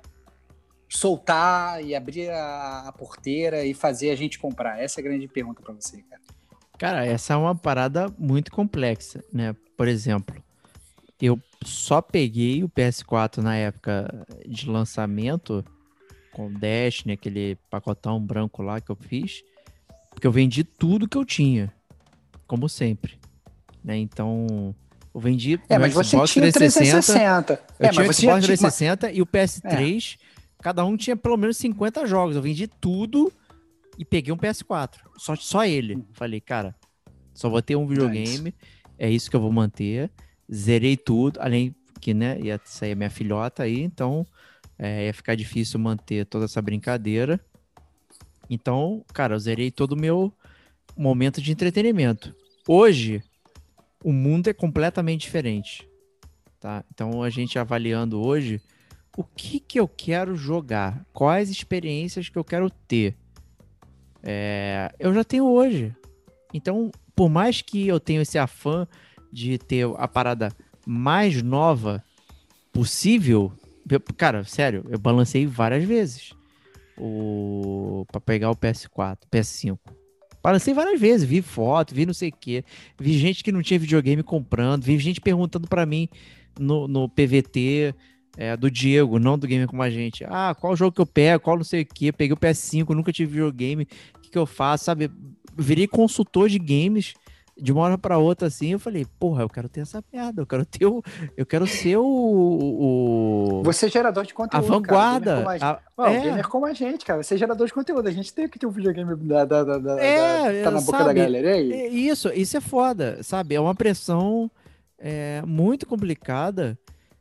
soltar e abrir a, a porteira e fazer a gente comprar? Essa é a grande pergunta para você, cara. Cara, essa é uma parada muito complexa, né? Por exemplo, eu só peguei o P S quatro na época de lançamento com o Destiny, aquele pacotão branco lá que eu fiz, porque eu vendi tudo que eu tinha. como sempre. Né? Então, eu vendi É, meu mas você Xbox tinha o trezentos e trezentos e sessenta. sessenta. Eu É, tinha o mas você Xbox já tinha... trezentos e sessenta e o P S três. Cada um tinha pelo menos cinquenta jogos. Eu vendi tudo e peguei um P S quatro. Só, só ele. Falei, cara, só vou ter um videogame. É isso que eu vou manter. Zerei tudo. Além que, né, ia sair a minha filhota aí. Então, é, ia ficar difícil manter toda essa brincadeira. Então, cara, eu zerei todo o meu momento de entretenimento. Hoje, o mundo é completamente diferente, tá? Então, a gente avaliando hoje, o que que eu quero jogar? Quais experiências que eu quero ter? É, eu já tenho hoje. Então, por mais que eu tenha esse afã de ter a parada mais nova possível, eu- cara, sério, eu balancei várias vezes o para pegar o P S quatro, P S cinco. Balancei várias vezes, vi foto, vi não sei o quê, vi gente que não tinha videogame comprando, vi gente perguntando pra mim no, no P V T é, do Diego, não do Gamer Como a Gente. Ah, qual jogo que eu pego, qual não sei o quê, peguei o P S cinco, nunca tive videogame, o que, que eu faço, sabe? Virei consultor de games de uma hora pra outra, assim, eu falei, porra, eu quero ter essa merda, eu quero ter o, eu quero ser o, o Você é gerador de a conteúdo, cara. Gamer vanguarda. como a... a- Ó, o é, gamer como a gente, cara. Você é gerador de conteúdo. A gente tem que ter um videogame da, da, da, da- da- tá é, na boca da sabe? galera aí. É isso, isso é foda, sabe? É uma pressão é, muito complicada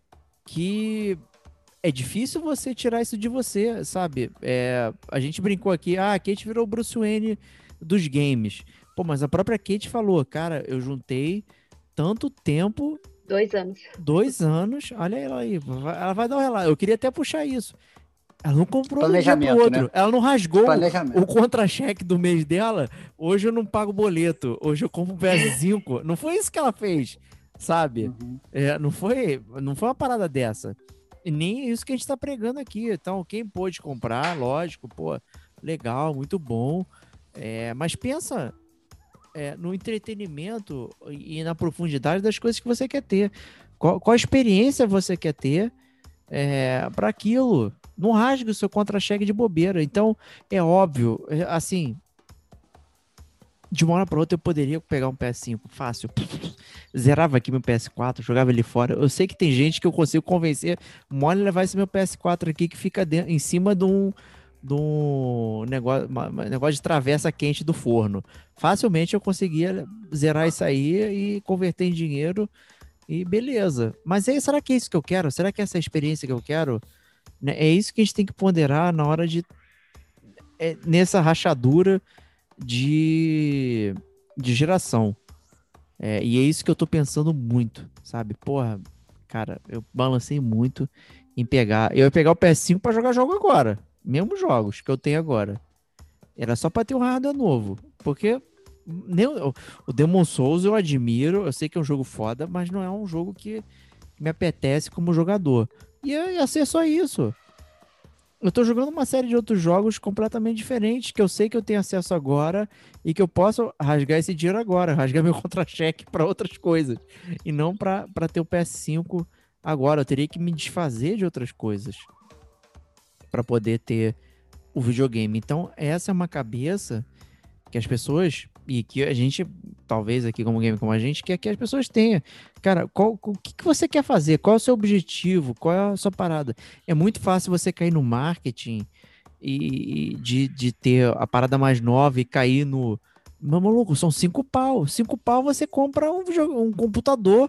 que é difícil você tirar isso de você, sabe? É, a gente brincou aqui, ah, a Kate virou o Bruce Wayne dos games. Pô, mas a própria Kate falou, cara, eu juntei tanto tempo, Dois anos. dois anos, olha ela aí, vai- ela vai dar um relato. Eu queria até puxar isso. Ela não comprou de um dia pro Planejamento, outro. né? Ela não rasgou Planejamento. o contra-cheque do mês dela. Hoje eu não pago boleto. Hoje eu compro o P S cinco. Não foi isso que ela fez, sabe? Uhum. É, não foi, não foi uma parada dessa. E nem isso que a gente tá pregando aqui. Então, quem pôde comprar, lógico, pô, legal, muito bom. É, mas pensa é, no entretenimento e na profundidade das coisas que você quer ter. Qual, qual experiência você quer ter é, para aquilo? Não rasgue o seu contra-cheque de bobeira. Então, é óbvio, é, assim, de uma hora para outra eu poderia pegar um P S cinco fácil. Zerava aqui meu P S quatro, jogava ele fora. Eu sei que tem gente que eu consigo convencer, mole levar esse meu P S quatro aqui que fica dentro, em cima de um, de um negócio, uma- uma negócio de travessa quente do forno. Facilmente eu conseguia zerar isso aí e converter em dinheiro e beleza. Mas aí, será que é isso que eu quero? Será que é essa a experiência que eu quero? Né? É isso que a gente tem que ponderar na hora de. É, nessa rachadura de, de geração. É, e é isso que eu tô pensando muito, sabe? Porra, cara, eu balancei muito em pegar. Eu ia pegar o P S cinco pra jogar jogo agora. Mesmos jogos que eu tenho agora. Era só pra ter um hardware novo. Porque nem, o, o Demon Souls eu admiro, eu sei que é um jogo foda, mas não é um jogo que me apetece como jogador. E ia, ia ser só isso. Eu tô jogando uma série de outros jogos completamente diferentes, que eu sei que eu tenho acesso agora e que eu posso rasgar esse dinheiro agora, rasgar meu contra-cheque para outras coisas. E não para ter o P S cinco agora. Eu teria que me desfazer de outras coisas para poder ter o videogame. Então, essa é uma cabeça que as pessoas, e que a gente, talvez aqui como game como a gente, quer que as pessoas tenham. Cara, qual, o que, que você quer fazer? Qual é o seu objetivo? Qual é a sua parada? É muito fácil você cair no marketing e, e de, de ter a parada mais nova e cair no... Mas, maluco, são cinco pau. Cinco pau você compra um, video- um computador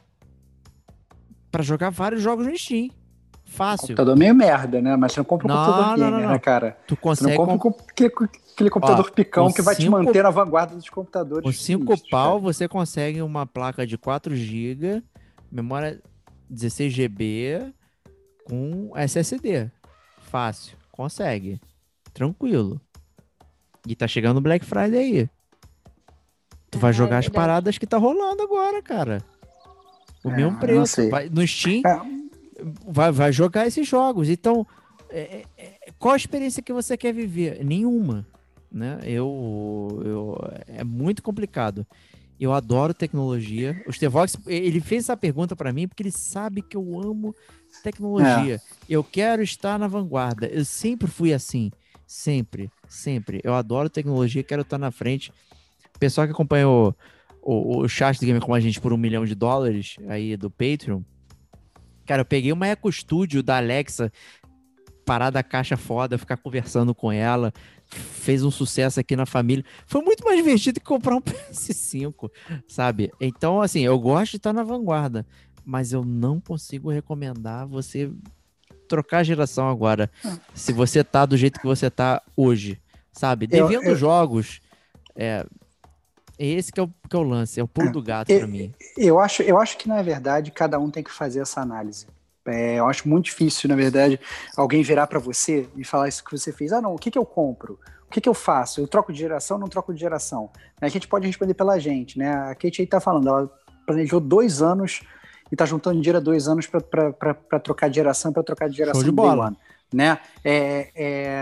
para jogar vários jogos no Steam. Fácil. Computador meio merda, né? Mas você não compra um Não, computador não, não, gamer, não. né, cara? Tu Você não consegue... compra um comp- com- aquele, aquele computador Ó, picão com que vai te cinco- manter na vanguarda dos computadores. Com cinco sinistros, pau, cara. você consegue uma placa de quatro gigas, memória dezesseis gigabytes com S S D. Fácil. Consegue. Tranquilo. E tá chegando o Black Friday aí. Tu vai Ah, jogar é as verdade. paradas que tá rolando agora, cara. O É, mesmo eu não preço. sei. Vai, no Steam, É, vai, vai jogar esses jogos. Então, é- é- qual a experiência que você quer viver? Nenhuma. Né? Eu, eu, é muito complicado. Eu adoro tecnologia. O Stevox, ele fez essa pergunta pra mim porque ele sabe que eu amo tecnologia. Eu quero estar na vanguarda. Eu sempre fui assim. Sempre, sempre. Eu adoro tecnologia, quero estar na frente. O pessoal que acompanha o, o, o chat do Gamer com a gente por um milhão de dólares aí do Patreon, cara, eu peguei uma Echo Studio da Alexa, parar da caixa foda, ficar conversando com ela, fez um sucesso aqui na família. Foi muito mais divertido que comprar um P S cinco, sabe? Então, assim, eu gosto de estar na vanguarda, mas eu não consigo recomendar você trocar a geração agora. Se você tá do jeito que você tá hoje, sabe? Devendo eu... jogos, é... esse que é, o, que é o lance, é o pulo do gato eu, pra mim. Eu acho, eu acho que, na verdade, cada um tem que fazer essa análise. É, eu acho muito difícil, na verdade, alguém virar para você e falar isso que você fez. Ah, não, o que, que eu compro? O que, que eu faço? Eu troco de geração ou não troco de geração? A gente pode responder pela gente, né? A Kate aí tá falando, ela planejou dois anos e tá juntando dinheiro há dois anos para trocar de geração, para trocar de geração Show de no Day bola. One. Né? É, é,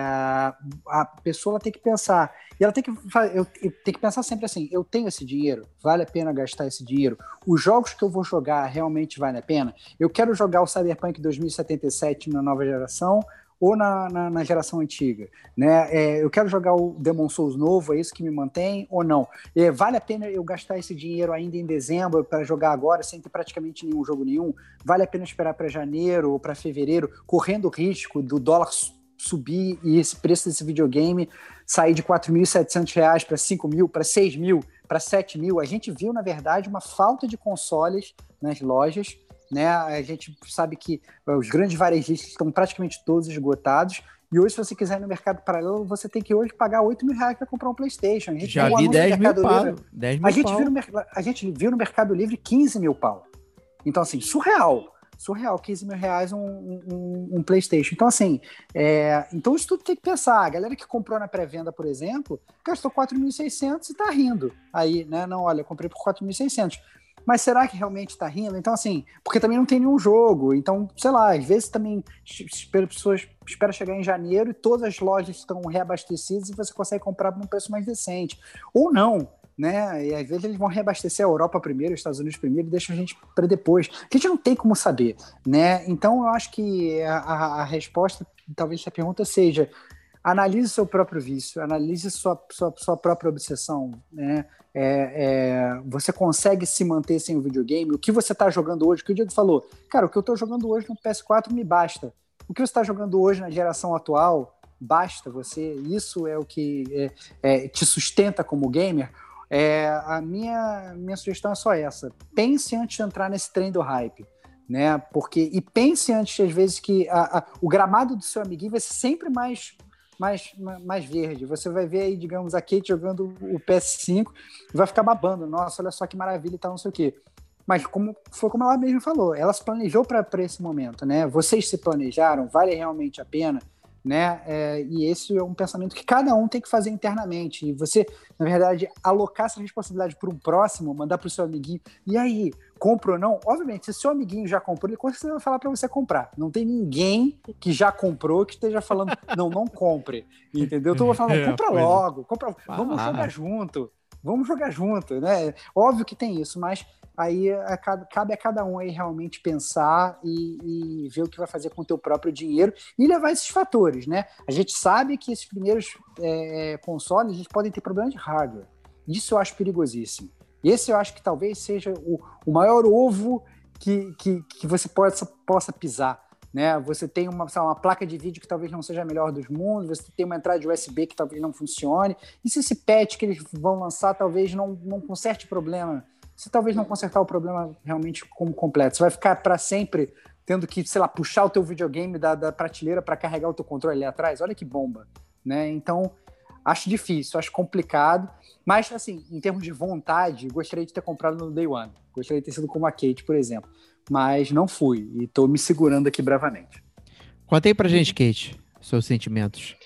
a pessoa ela tem que pensar, e ela tem que, eu, eu, tem que pensar sempre assim, eu tenho esse dinheiro, vale a pena gastar esse dinheiro? Os jogos que eu vou jogar realmente vale a pena? Eu quero jogar o Cyberpunk dois mil e setenta e sete na nova geração ou na, na, na geração antiga, né? É, eu quero jogar o Demon Souls novo, é isso que me mantém ou não? É, vale a pena eu gastar esse dinheiro ainda em dezembro para jogar agora sem ter praticamente nenhum jogo nenhum? Vale a pena esperar para janeiro ou para fevereiro, correndo o risco do dólar subir e esse preço desse videogame sair de quatro mil e setecentos reais para cinco mil, para seis mil, para sete mil? A gente viu, na verdade, uma falta de consoles nas lojas, né? A gente sabe que os grandes varejistas estão praticamente todos esgotados. E hoje, se você quiser ir no mercado paralelo, você tem que hoje pagar oito mil reais para comprar um PlayStation. A gente Já viu vi o dez mil pau. Livre, dez mil a, gente pau. viu no, a gente viu no Mercado Livre quinze mil pau. Então, assim, surreal. Surreal, quinze mil reais um, um, um PlayStation. Então, assim, é, então isso tudo tem que pensar. A galera que comprou na pré-venda, por exemplo, gastou quatro mil e seiscentos e tá rindo. Aí, né? Não, olha, eu comprei por quatro mil e seiscentos. Mas será que realmente tá rindo? Então, assim, porque também não tem nenhum jogo. Então, sei lá, às vezes também as pessoas esperam chegar em janeiro e todas as lojas estão reabastecidas e você consegue comprar por um preço mais decente. Ou não, né? E às vezes eles vão reabastecer a Europa primeiro, os Estados Unidos primeiro e deixam a gente para depois. A gente não tem como saber, né? Então, eu acho que a, a, a resposta, talvez essa pergunta seja: analise seu próprio vício, analise sua, sua, sua própria obsessão, né? É, é, você consegue se manter sem o videogame? O que você está jogando hoje? O que o Diego falou, cara, o que eu estou jogando hoje no P S quatro me basta. O que você está jogando hoje na geração atual, basta você. Isso é o que é, é, te sustenta como gamer. É, a minha, minha sugestão é só essa: pense antes de entrar nesse trem do hype, né? Porque, e pense antes, às vezes, que a, a, o gramado do seu amiguinho vai ser sempre mais Mais, mais verde. Você vai ver aí, digamos, a Kate jogando o P S cinco e vai ficar babando. Nossa, olha só que maravilha e tal, não sei o quê. Mas como, foi como ela mesma falou, ela se planejou para esse momento, né? Vocês se planejaram, vale realmente a pena, né? É, e esse é um pensamento que cada um tem que fazer internamente. E você, na verdade, alocar essa responsabilidade para um próximo, mandar para o seu amiguinho, e aí, compra ou não? Obviamente, se seu amiguinho já comprou, ele com certeza vai falar para você comprar. Não tem ninguém que já comprou que esteja falando, não, não compre, entendeu? Então eu vou falar, compra logo, compra, vamos ah. jogar junto, vamos jogar junto, né? Óbvio que tem isso, mas aí a, cabe a cada um aí realmente pensar e, e ver o que vai fazer com o teu próprio dinheiro e levar esses fatores, né? A gente sabe que esses primeiros é, consoles, eles podem ter problemas de hardware. Isso eu acho perigosíssimo. Esse eu acho que talvez seja o, o maior ovo que, que, que você possa, possa pisar, né? Você tem uma, sabe, uma placa de vídeo que talvez não seja a melhor dos mundos, você tem uma entrada de U S B que talvez não funcione, e se esse patch que eles vão lançar talvez não, não conserte o problema, se talvez não consertar o problema realmente como completo, você vai ficar para sempre tendo que, sei lá, puxar o teu videogame da, da prateleira para carregar o teu controle ali atrás. Olha que bomba, né? Então, acho difícil, acho complicado, mas, assim, em termos de vontade, gostaria de ter comprado no Day One. Gostaria de ter sido como a Kate, por exemplo. Mas não fui, e estou me segurando aqui bravamente. Conta aí pra gente, Kate, seus sentimentos.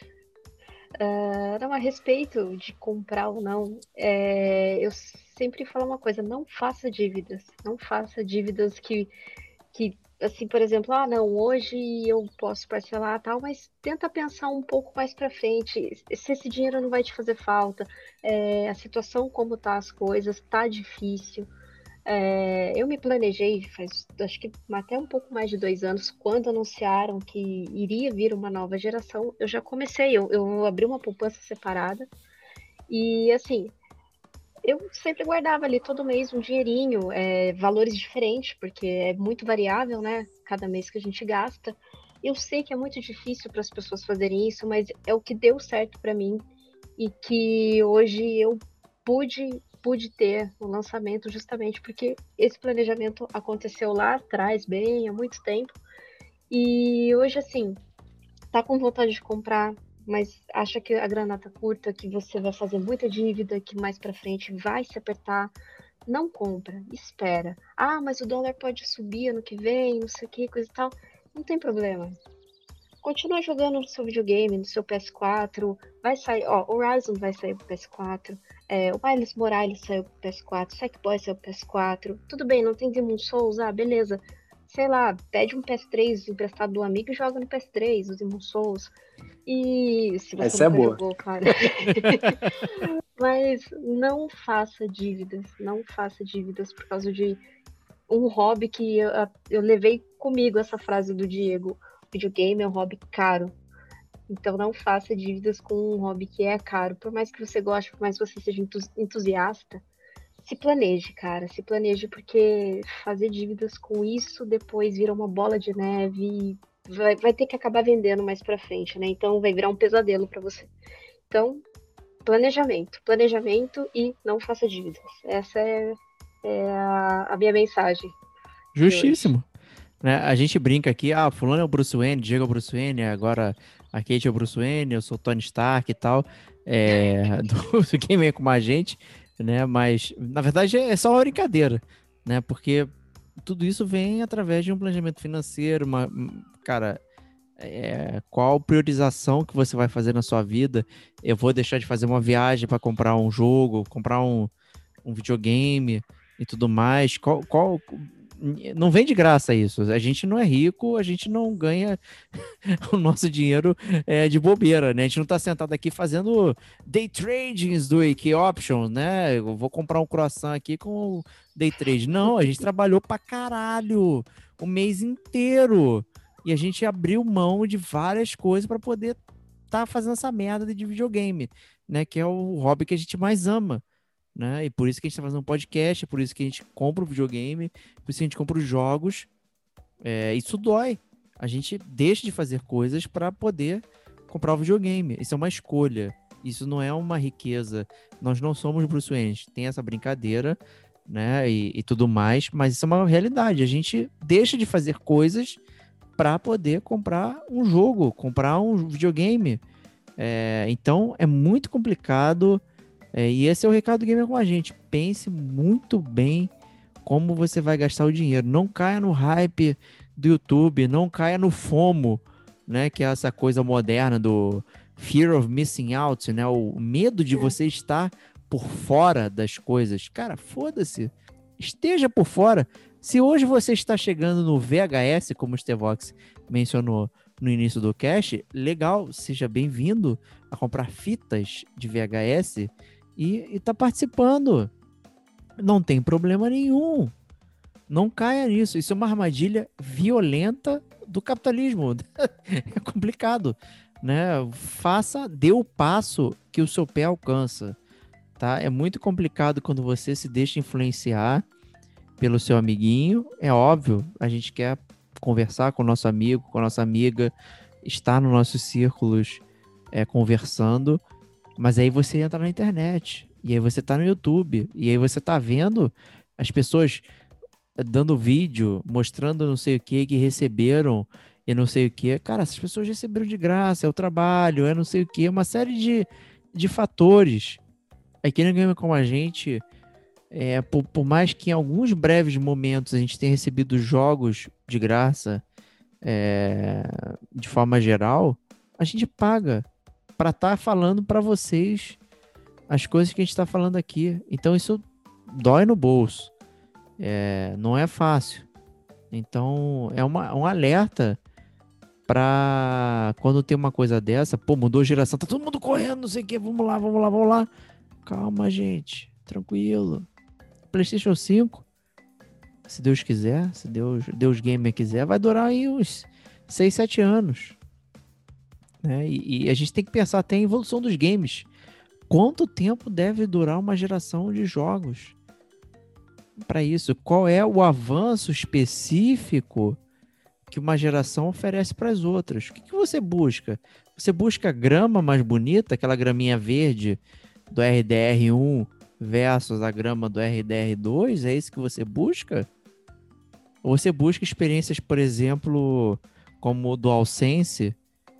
Uh, não, a respeito de comprar ou não, é, eu sempre falo uma coisa: não faça dívidas. Não faça dívidas que, que, assim, por exemplo, ah, não, hoje eu posso parcelar tal, mas tenta pensar um pouco mais para frente, se esse dinheiro não vai te fazer falta, é, a situação como tá as coisas, tá difícil. É, eu me planejei faz, acho que até um pouco mais de dois anos, quando anunciaram que iria vir uma nova geração, eu já comecei, eu, eu abri uma poupança separada, e assim, eu sempre guardava ali todo mês um dinheirinho, é, valores diferentes, porque é muito variável, né? Cada mês que a gente gasta. Eu sei que é muito difícil para as pessoas fazerem isso, mas é o que deu certo para mim e que hoje eu pude pude ter o lançamento justamente porque esse planejamento aconteceu lá atrás, bem, há muito tempo. E hoje, assim, tá com vontade de comprar, mas acha que a grana tá curta, que você vai fazer muita dívida, que mais pra frente vai se apertar, não compra, espera. Ah, mas o dólar pode subir ano que vem, não sei o que, coisa e tal. Não tem problema. Continua jogando no seu videogame, no seu P S quatro. Vai sair, ó, Horizon vai sair pro P S quatro. É, o Miles Morales saiu pro P S quatro. Sackboy saiu pro P S quatro. Tudo bem, não tem Demon Souls, ah, beleza. Sei lá, pede um P S três emprestado do amigo e joga no P S três, os Demon Souls. E se você Essa é nunca boa. jogou, claro. Mas não faça dívidas, não faça dívidas por causa de um hobby que eu, eu levei comigo essa frase do Diego. Videogame é um hobby caro. Então não faça dívidas com um hobby que é caro. Por mais que você goste, por mais que você seja entusiasta, se planeje, cara. Se planeje, porque fazer dívidas com isso depois vira uma bola de neve e vai, vai ter que acabar vendendo mais pra frente, né? Então vai virar um pesadelo para você. Então, planejamento. Planejamento e não faça dívidas. Essa é, é a, a minha mensagem. Justíssimo. Né? A gente brinca aqui, ah, fulano é o Bruce Wayne, Diego é o Bruce Wayne, agora a Kate é o Bruce Wayne, eu sou o Tony Stark e tal, é, do, do Game é com a gente, né? Mas, na verdade, é só uma brincadeira, né? Porque tudo isso vem através de um planejamento financeiro, uma, cara, é, qual priorização que você vai fazer na sua vida? Eu vou deixar de fazer uma viagem para comprar um jogo, comprar um, um videogame e tudo mais, qual... qual não vem de graça isso. A gente não é rico, a gente não ganha o nosso dinheiro é, de bobeira, né? A gente não tá sentado aqui fazendo day tradings do Wiki Options, né? Eu vou comprar um croissant aqui com day trade. Não, a gente trabalhou pra caralho o mês inteiro. E a gente abriu mão de várias coisas para poder tá fazendo essa merda de videogame, né? Que é o hobby que a gente mais ama. Né? E por isso que a gente tá fazendo um podcast, por isso que a gente compra o videogame, por isso que a gente compra os jogos. É, isso dói. A gente deixa de fazer coisas para poder comprar o videogame. Isso é uma escolha. Isso não é uma riqueza. Nós não somos Bruce Wayne. A gente tem essa brincadeira, né? E, e tudo mais, mas isso é uma realidade. A gente deixa de fazer coisas para poder comprar um jogo, comprar um videogame. É, então é muito complicado. É, e esse é o recado do Gamer com a gente. Pense muito bem como você vai gastar o dinheiro. Não caia no hype do YouTube, não caia no FOMO, né? Que é essa coisa moderna do Fear of Missing Out, né? O medo de você estar por fora das coisas. Cara, foda-se. Esteja por fora. Se hoje você está chegando no V H S, como o Stevox mencionou no início do cast, legal, seja bem-vindo a comprar fitas de V H S e, e tá participando. Não tem problema nenhum. Não caia nisso. Isso é uma armadilha violenta do capitalismo. É complicado, né? Faça, dê o passo que o seu pé alcança, tá? É muito complicado quando você se deixa influenciar pelo seu amiguinho. É óbvio, a gente quer conversar com o nosso amigo, com a nossa amiga, estar nos nossos círculos é, conversando, mas aí você entra na internet, e aí você tá no YouTube, e aí você tá vendo as pessoas dando vídeo, mostrando não sei o que, que receberam, e não sei o que. Cara, essas pessoas receberam de graça, é o trabalho, é não sei o que, uma série de, de fatores. Aqui no Game como a gente, é, por, por mais que em alguns breves momentos a gente tenha recebido jogos de graça, é, de forma geral, a gente paga para estar tá falando para vocês as coisas que a gente está falando aqui. Então isso dói no bolso. É, não é fácil. Então é uma, um alerta para quando tem uma coisa dessa, pô, mudou a geração, tá todo mundo correndo, não sei o que, vamos lá, vamos lá, vamos lá. Calma, gente, tranquilo. PlayStation cinco, se Deus quiser, se Deus, Deus Gamer quiser, vai durar aí uns seis, sete anos. Né? E, e a gente tem que pensar até em evolução dos games. quanto tempo deve durar uma geração de jogos para isso? Qual é o avanço específico que uma geração oferece para as outras? O que, que você busca? Você busca grama mais bonita, aquela graminha verde do R D R um versus a grama do R D R dois? É isso que você busca? Ou você busca experiências, por exemplo, como o DualSense,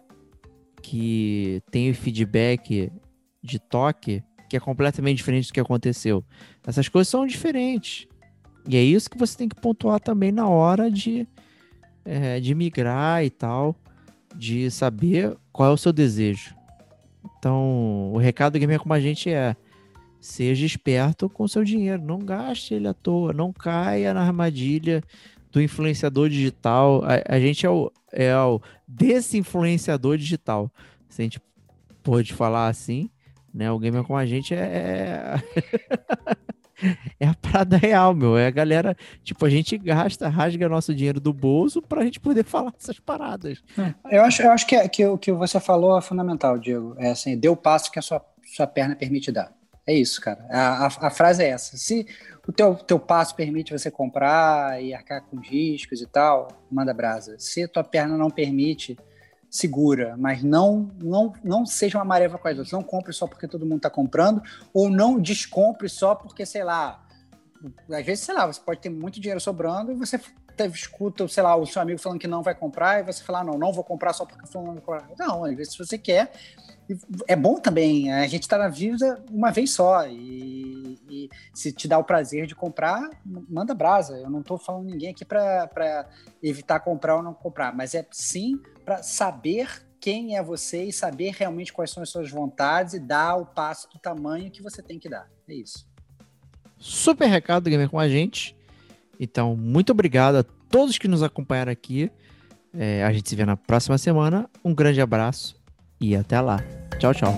que tem o feedback de toque, que é completamente diferente do que aconteceu? Essas coisas são diferentes. E é isso que você tem que pontuar também na hora de, é, de migrar e tal, de saber qual é o seu desejo. Então, o recado do Gamer Como a Gente é: seja esperto com o seu dinheiro, não gaste ele à toa, não caia na armadilha do influenciador digital. A, a gente é o, é o desinfluenciador digital, se a gente pode falar assim, né? O Gamer Como a Gente é... é a parada real, meu. É a galera, tipo, a gente gasta, rasga nosso dinheiro do bolso pra gente poder falar essas paradas. Eu acho, eu acho que, que o que você falou é fundamental, Diego. É assim, dê o passo que a sua, sua perna permite dar. É isso, cara. A, a, a frase é essa. Se o teu, teu passo permite você comprar e arcar com os riscos e tal, manda brasa. Se a tua perna não permite, segura, mas não, não, não seja uma maré com as outras. Não compre só porque todo mundo está comprando, ou não descompre só porque, sei lá, às vezes, sei lá, você pode ter muito dinheiro sobrando e você escuta, sei lá, o seu amigo falando que não vai comprar e você fala, não, não vou comprar só porque o fulano vai comprar. Não, às vezes se você quer, é bom também, a gente está na vida uma vez só e, e se te dá o prazer de comprar, manda brasa. Eu não estou falando ninguém aqui para evitar comprar ou não comprar, mas é sim para saber quem é você e saber realmente quais são as suas vontades e dar o passo do tamanho que você tem que dar. É isso. Super recado do Gamer Com a Gente. Então, muito obrigado a todos que nos acompanharam aqui. É, a gente se vê na próxima semana. Um grande abraço e até lá. Tchau, tchau.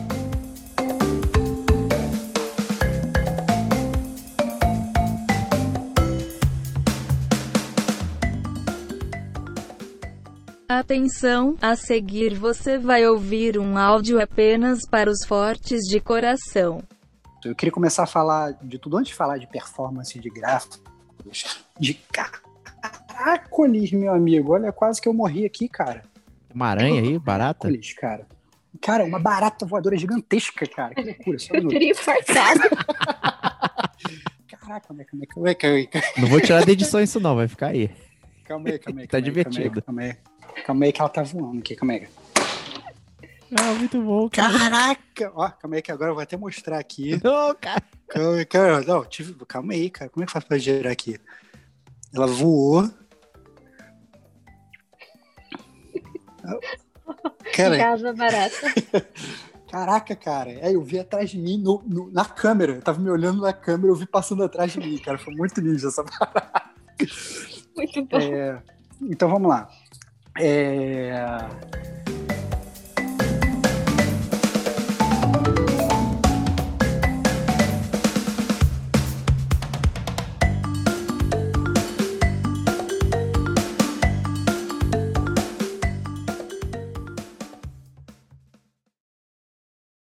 Atenção, a seguir você vai ouvir um áudio apenas para os fortes de coração. Eu queria começar a falar de tudo antes de falar de performance de gráficos, de caracoles, meu amigo. Olha, quase que eu morri aqui, cara. Uma aranha aí, barata? Caracoles, cara. Cara, uma barata voadora gigantesca, cara. Que loucura. Só Eu teria infartado. Caraca, calma aí, calma aí, calma aí, calma aí. Não vou tirar da edição isso não, vai ficar aí. Calma aí, calma aí. Tá calma aí, divertido. Calma aí, calma aí. Calma aí que ela tá voando aqui, calma aí. Ah, muito bom, cara. Caraca! Ó, calma aí que agora eu vou até mostrar aqui. Não, cara. Calma aí, cara. Não, tive... calma aí, cara. Como é que faz pra gerar aqui? Ela voou. Cara, Casa barata. caraca, cara. Aí eu vi atrás de mim no, no, na câmera. Eu tava me olhando na câmera, eu vi passando atrás de mim, cara. Foi muito ninja essa parada. Muito bom. É, então vamos lá. É...